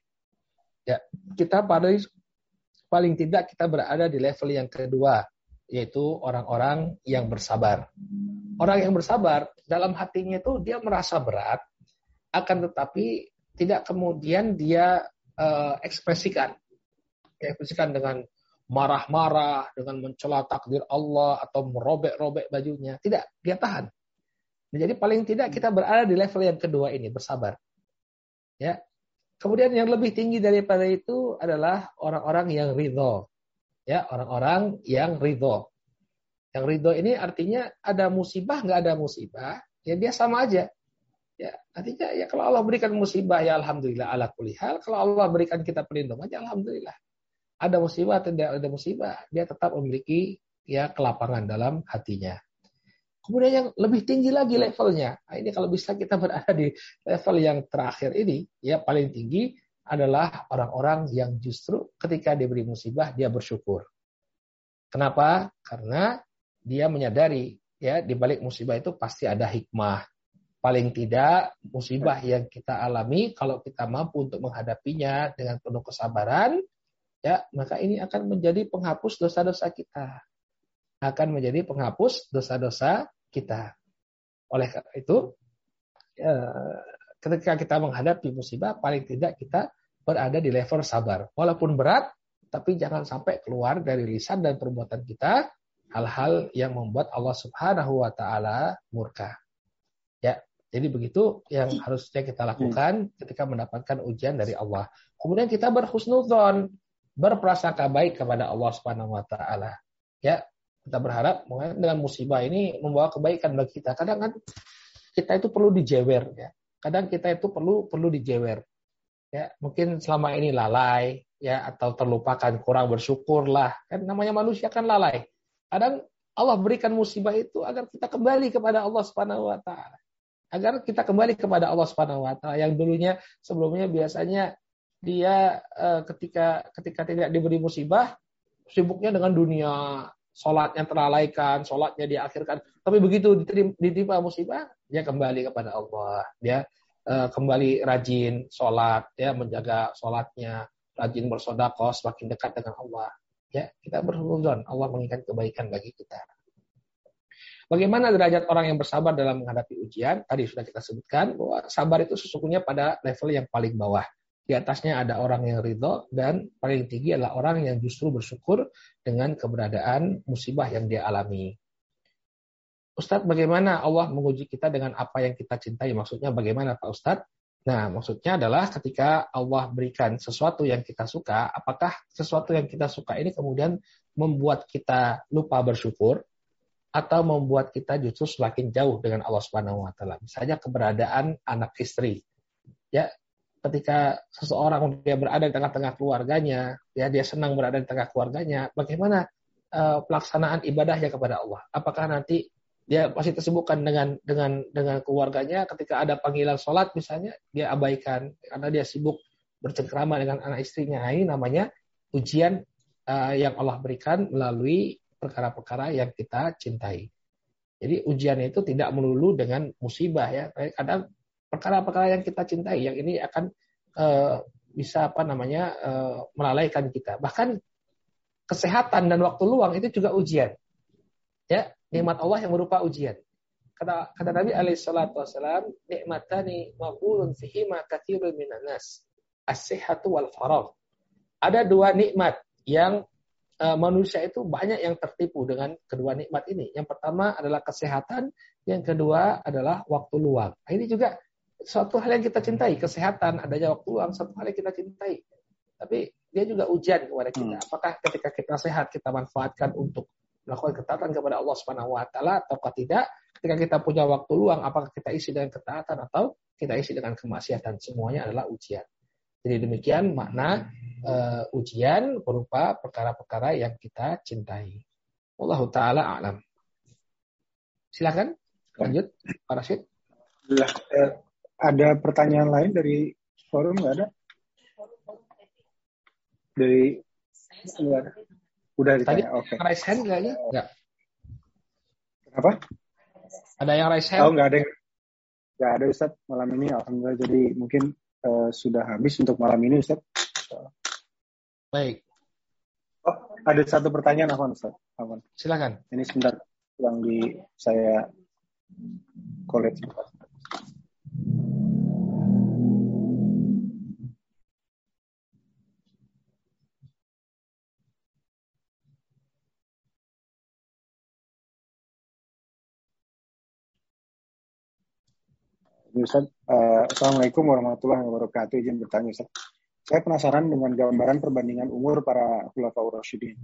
Ya, kita pada paling tidak kita berada di level yang kedua, yaitu orang-orang yang bersabar. Orang yang bersabar, dalam hatinya itu dia merasa berat, akan tetapi tidak kemudian dia uh, ekspresikan. Dia ekspresikan dengan marah-marah, dengan mencela takdir Allah, atau merobek-robek bajunya. Tidak, dia tahan. Jadi paling tidak kita berada di level yang kedua ini, bersabar. Ya. Kemudian yang lebih tinggi daripada itu adalah orang-orang yang ridho. Ya, orang-orang yang ridho. Yang ridho ini artinya ada musibah, nggak ada musibah, ya dia sama aja. Ya, artinya ya kalau Allah berikan musibah ya alhamdulillah ala kulli hal. Kalau Allah berikan kita perlindungan ya alhamdulillah. Ada musibah atau tidak ada musibah, dia tetap memiliki ya kelapangan dalam hatinya. Kemudian yang lebih tinggi lagi levelnya. Nah, ini kalau bisa kita berada di level yang terakhir ini, ya paling tinggi adalah orang-orang yang justru ketika diberi musibah dia bersyukur. Kenapa? Karena dia menyadari ya di balik musibah itu pasti ada hikmah. Paling tidak musibah yang kita alami kalau kita mampu untuk menghadapinya dengan penuh kesabaran, ya maka ini akan menjadi penghapus dosa-dosa kita. Akan menjadi penghapus dosa-dosa kita. Oleh karena itu, ketika kita menghadapi musibah, paling tidak kita berada di level sabar. Walaupun berat, tapi jangan sampai keluar dari lisan dan perbuatan kita hal-hal yang membuat Allah Subhanahu wa taala murka. Ya, jadi begitu yang harusnya kita lakukan ketika mendapatkan ujian dari Allah. Kemudian kita berhusnudzon, berprasangka baik kepada Allah Subhanahu wa taala. Ya, kita berharap dengan musibah ini membawa kebaikan bagi kita. Kadang kan kita itu perlu dijewer ya. Kadang kita itu perlu perlu dijewer. Ya, mungkin selama ini lalai ya atau terlupakan, kurang bersyukur lah. Kan namanya manusia kan lalai. Kadang Allah berikan musibah itu agar kita kembali kepada Allah Subhanahu wa taala. Agar kita kembali kepada Allah Subhanahu wa taala yang dulunya sebelumnya biasanya dia eh, ketika ketika tidak diberi musibah sibuknya dengan dunia, sholatnya terlalaikan, sholatnya diakhirkan. Tapi begitu ditimpa musibah, dia kembali kepada Allah. Dia uh, kembali rajin sholat, ya menjaga sholatnya, rajin bersedekah, semakin dekat dengan Allah. Ya, kita berhuzon, Allah menginginkan kebaikan bagi kita. Bagaimana derajat orang yang bersabar dalam menghadapi ujian? Tadi sudah kita sebutkan bahwa sabar itu sesungguhnya pada level yang paling bawah. Di atasnya ada orang yang ridho dan paling tinggi adalah orang yang justru bersyukur dengan keberadaan musibah yang dia alami. Ustadz, bagaimana Allah menguji kita dengan apa yang kita cintai? Maksudnya bagaimana Pak Ustadz? Nah, maksudnya adalah ketika Allah berikan sesuatu yang kita suka, apakah sesuatu yang kita suka ini kemudian membuat kita lupa bersyukur atau membuat kita justru semakin jauh dengan Allah Subhanahu wa taala? Misalnya keberadaan anak istri. Ya, ketika seseorang dia berada di tengah-tengah keluarganya, ya dia senang berada di tengah keluarganya, bagaimana uh, pelaksanaan ibadahnya kepada Allah? Apakah nanti dia masih tersibukkan dengan dengan dengan keluarganya, ketika ada panggilan sholat misalnya dia abaikan karena dia sibuk bercengkrama dengan anak istrinya? Ini namanya ujian uh, yang Allah berikan melalui perkara-perkara yang kita cintai. Jadi ujian itu tidak melulu dengan musibah ya. Kadang perkara-perkara yang kita cintai yang ini akan uh, bisa apa namanya uh, melalaikan kita. Bahkan kesehatan dan waktu luang itu juga ujian. Ya, nikmat Allah yang berupa ujian. Kata kata Nabi alaihi salatu wasallam, nikmatani maqulun fihima katsirun minan nas, as-sihhatu wal faragh. Ada dua nikmat yang uh, manusia itu banyak yang tertipu dengan kedua nikmat ini. Yang pertama adalah kesehatan, yang kedua adalah waktu luang. Nah, ini juga suatu hal yang kita cintai, kesehatan, adanya waktu luang, suatu hal yang kita cintai. Tapi dia juga ujian kepada kita. Apakah ketika kita sehat kita manfaatkan untuk melakukan ketaatan kepada Allah Subhanahu wa taala ataukah tidak? Ketika kita punya waktu luang, apakah kita isi dengan ketaatan atau kita isi dengan kemaksiatan? Semuanya adalah ujian. Jadi demikian makna uh, ujian berupa perkara-perkara yang kita cintai. Wallahu taala a'lam. Silakan lanjut Pak Rashid. Ada pertanyaan lain dari forum, nggak ada? Dari nggak ada. Udah ditanya. Oke. Okay. Raise hand kayaknya? Enggak. Kenapa? Ada yang raise hand? Oh, nggak ada. Nggak ada Ustaz malam ini. Alhamdulillah. Jadi mungkin uh, sudah habis untuk malam ini Ustaz. Baik. Oh, ada satu pertanyaan Afwan Ustaz. Afwan. Silakan. Ini sebentar yang di saya collect. Ustaz, uh, Assalamualaikum warahmatullahi wabarakatuh. Izin bertanya, Ustaz. Saya penasaran dengan gambaran perbandingan umur para Khulafaur Rasyidin.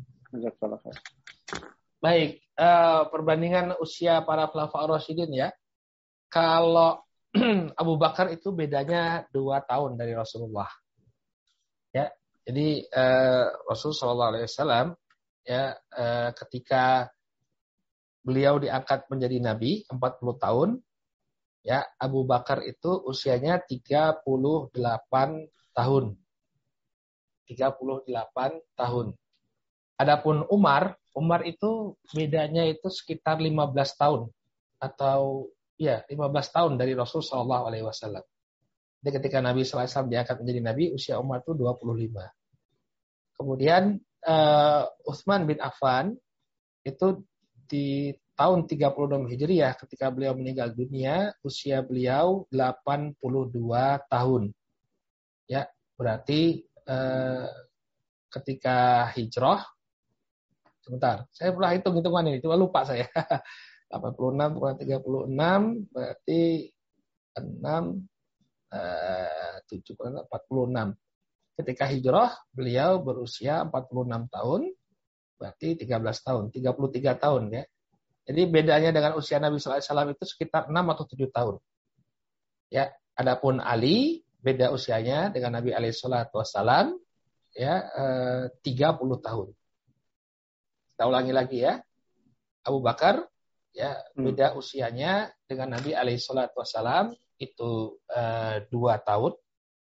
Baik, uh, perbandingan usia para Khulafaur Rasyidin ya. Kalau Abu Bakar itu bedanya dua tahun dari Rasulullah. Ya, jadi uh, Rasul Shallallahu Alaihi Wasallam ya uh, ketika beliau diangkat menjadi nabi empat puluh tahun, ya Abu Bakar itu usianya tiga puluh delapan tahun. tiga puluh delapan tahun. Adapun Umar, Umar itu bedanya itu sekitar lima belas tahun atau ya lima belas tahun dari Rasul Shallallahu Alaihi Wasallam. Jadi ketika Nabi Sallallahu Alaihi Wasallam diangkat menjadi nabi, usia Umar itu dua puluh lima. Kemudian uh, Utsman bin Affan itu di tahun tiga puluh enam Hijriah ketika beliau meninggal dunia, usia beliau delapan puluh dua tahun. Ya, berarti eh, ketika hijrah, sebentar, saya pernah hitung-hitungan ini, cuma lupa saya. delapan puluh enam kurang tiga puluh enam berarti enam eh, tujuh kurang empat puluh enam. Ketika hijrah, beliau berusia empat puluh enam tahun. Berarti tiga belas tahun, tiga puluh tiga tahun ya. Jadi bedanya dengan usia Nabi Sallallahu Alaihi Wasallam itu sekitar enam atau tujuh tahun. Ya, adapun Ali beda usianya dengan Nabi Alaihi Wasallam ya eh, tiga puluh tahun. Kita ulangi lagi ya. Abu Bakar ya beda hmm. usianya dengan Nabi Alaihi Wasallam itu eh, dua tahun.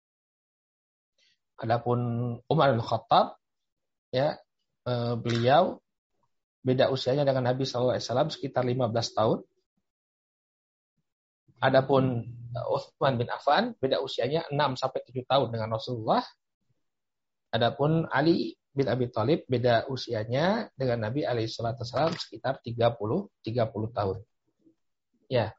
Adapun Umar bin Khattab ya Uh, beliau beda usianya dengan Nabi Sallallahu Alaihi Wasallam sekitar lima belas tahun. Adapun uh, Utsman bin Affan beda usianya enam sampai tujuh tahun dengan Rasulullah. Adapun Ali bin Abi Thalib beda usianya dengan Nabi Alaihi Wasallam sekitar tiga puluh tahun. Ya.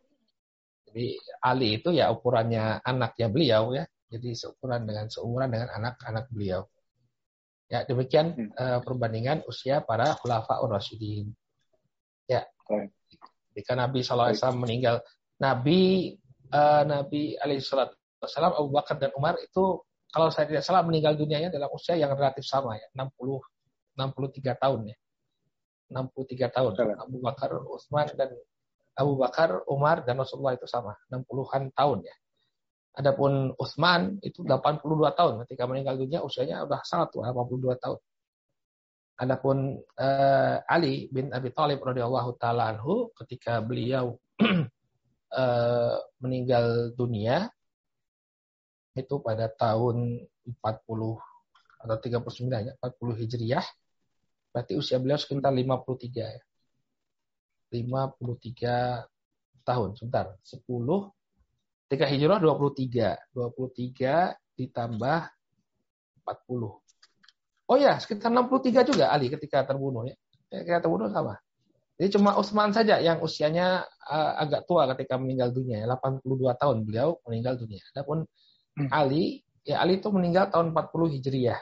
Jadi Ali itu ya ukurannya anaknya beliau ya. Jadi seukuran dengan seumuran dengan anak-anak beliau. Ya, demikian hmm. uh, perbandingan usia para Khulafaur Rasyidin. Ya. Ketika Nabi Sallallahu Alaihi Wasallam meninggal, Nabi uh, Nabi Alaihi Wasallam, Abu Bakar dan Umar itu kalau saya tidak salah meninggal dunianya dalam usia yang relatif sama ya, enam puluh enam puluh tiga tahun ya. enam puluh tiga tahun. Betul. Abu Bakar, Utsman dan Abu Bakar, Umar dan Rasulullah itu sama, enam puluhan tahun ya. Adapun Utsman itu delapan puluh dua tahun ketika meninggal dunia, usianya sudah sangat tua, delapan puluh dua tahun. Adapun uh, Ali bin Abi Thalib radhiyallahu taala anhu ketika beliau uh, meninggal dunia itu pada tahun empat puluh atau tiga puluh sembilan ya, empat puluh Hijriah. Berarti usia beliau sekitar lima puluh tiga ya. lima puluh tiga tahun, sebentar. sepuluh ketika hijrah dua puluh tiga. dua puluh tiga ditambah empat puluh. Oh ya, sekitar enam puluh tiga juga Ali ketika terbunuh ya. Ketika terbunuh sama. Jadi cuma Utsman saja yang usianya uh, agak tua ketika meninggal dunia. delapan puluh dua tahun beliau meninggal dunia. Adapun hmm. Ali, ya Ali itu meninggal tahun empat puluh Hijriah.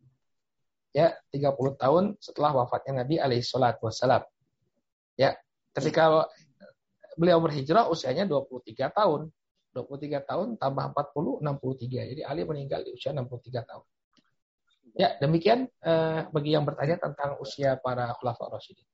Ya, tiga puluh tahun setelah wafatnya Nabi alaihi salatu wassalam. Ya, ketika beliau berhijrah usianya dua puluh tiga tahun. dua puluh tiga tahun tambah empat puluh, enam puluh tiga. Jadi Ali meninggal di usia enam puluh tiga tahun. Ya, demikian eh, bagi yang bertanya tentang usia para Khulafaur Rasyidin.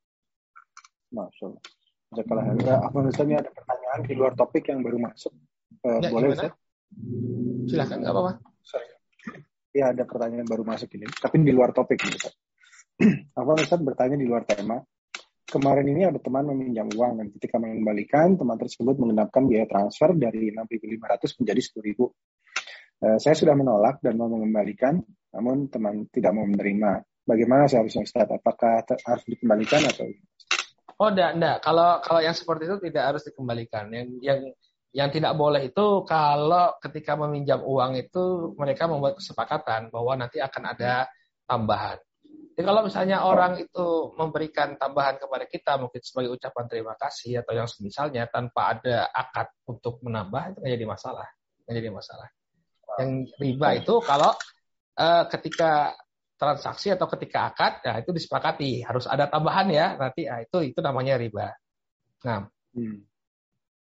Masya Allah. Jazakallah. Afwan Ustaz, ada pertanyaan di luar topik yang baru masuk. Uh, ya, boleh gimana? Ustaz? Silakan, nggak apa-apa. Sorry. Ya, ada pertanyaan baru masuk ini, tapi di luar topik Ustaz. Afwan Ustaz bertanya di luar tema. Kemarin ini ada teman meminjam uang dan ketika mengembalikan, teman tersebut mengenapkan biaya transfer dari enam ribu lima ratus menjadi sepuluh ribu. Uh, saya sudah menolak dan mau mengembalikan, namun teman tidak mau menerima. Bagaimana seharusnya Ustaz? Apakah ter- harus dikembalikan atau? Oh, enggak, enggak. Kalau kalau yang seperti itu tidak harus dikembalikan. Yang yang yang tidak boleh itu kalau ketika meminjam uang itu mereka membuat kesepakatan bahwa nanti akan ada tambahan. Jadi kalau misalnya orang itu memberikan tambahan kepada kita mungkin sebagai ucapan terima kasih atau yang semisalnya tanpa ada akad untuk menambah, itu nggak jadi masalah, nggak jadi masalah. Yang riba itu kalau uh, ketika transaksi atau ketika akad, ya itu disepakati harus ada tambahan ya, nanti ya, itu itu namanya riba. Nah, hmm.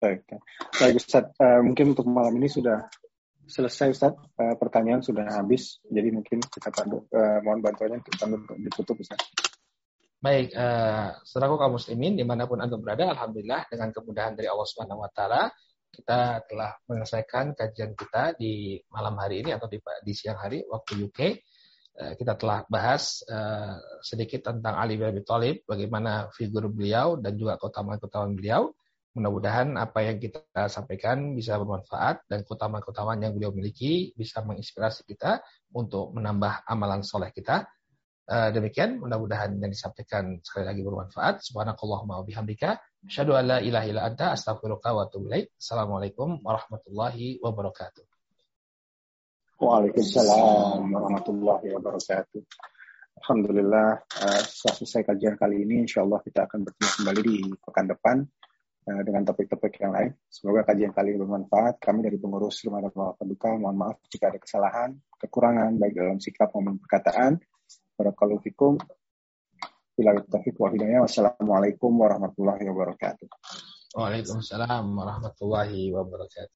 Baik, baik Ustaz. Uh, mungkin untuk malam ini sudah selesai Ustaz. Uh, pertanyaan sudah habis. Jadi mungkin kita pandu, uh, mohon bantuannya untuk untuk ditutup Ustaz. Baik, uh, saudaraku kaum muslimin dimanapun Anda berada, alhamdulillah dengan kemudahan dari Allah Subhanahu Wa Taala kita telah menyelesaikan kajian kita di malam hari ini atau di, di siang hari waktu U K. Uh, kita telah bahas uh, sedikit tentang Ali bin Abi Thalib, bagaimana figur beliau dan juga keutamaan-keutamaan beliau. Mudah-mudahan apa yang kita sampaikan bisa bermanfaat dan keutamaan-keutamaan yang beliau miliki bisa menginspirasi kita untuk menambah amalan soleh kita. Uh, demikian, mudah-mudahan yang disampaikan sekali lagi bermanfaat. Subhanakallahumma wa bihamdika, asyhadu an la ilaha illa anta, astaghfiruka wa atubu ilaik. Assalamualaikum warahmatullahi wabarakatuh. Waalaikumsalam warahmatullahi wabarakatuh. Alhamdulillah, uh, setelah selesai kajian kali ini, insya Allah kita akan bertemu kembali di pekan depan dengan topik-topik yang lain. Semoga kajian kali ini bermanfaat. Kami dari pengurus Rumah Dakwah Paduka mohon maaf jika ada kesalahan, kekurangan baik dalam sikap maupun perkataan. Barakallahu fikum. Billahi taufiq wal hidayah. Wassalamualaikum warahmatullahi wabarakatuh. Waalaikumsalam warahmatullahi wabarakatuh.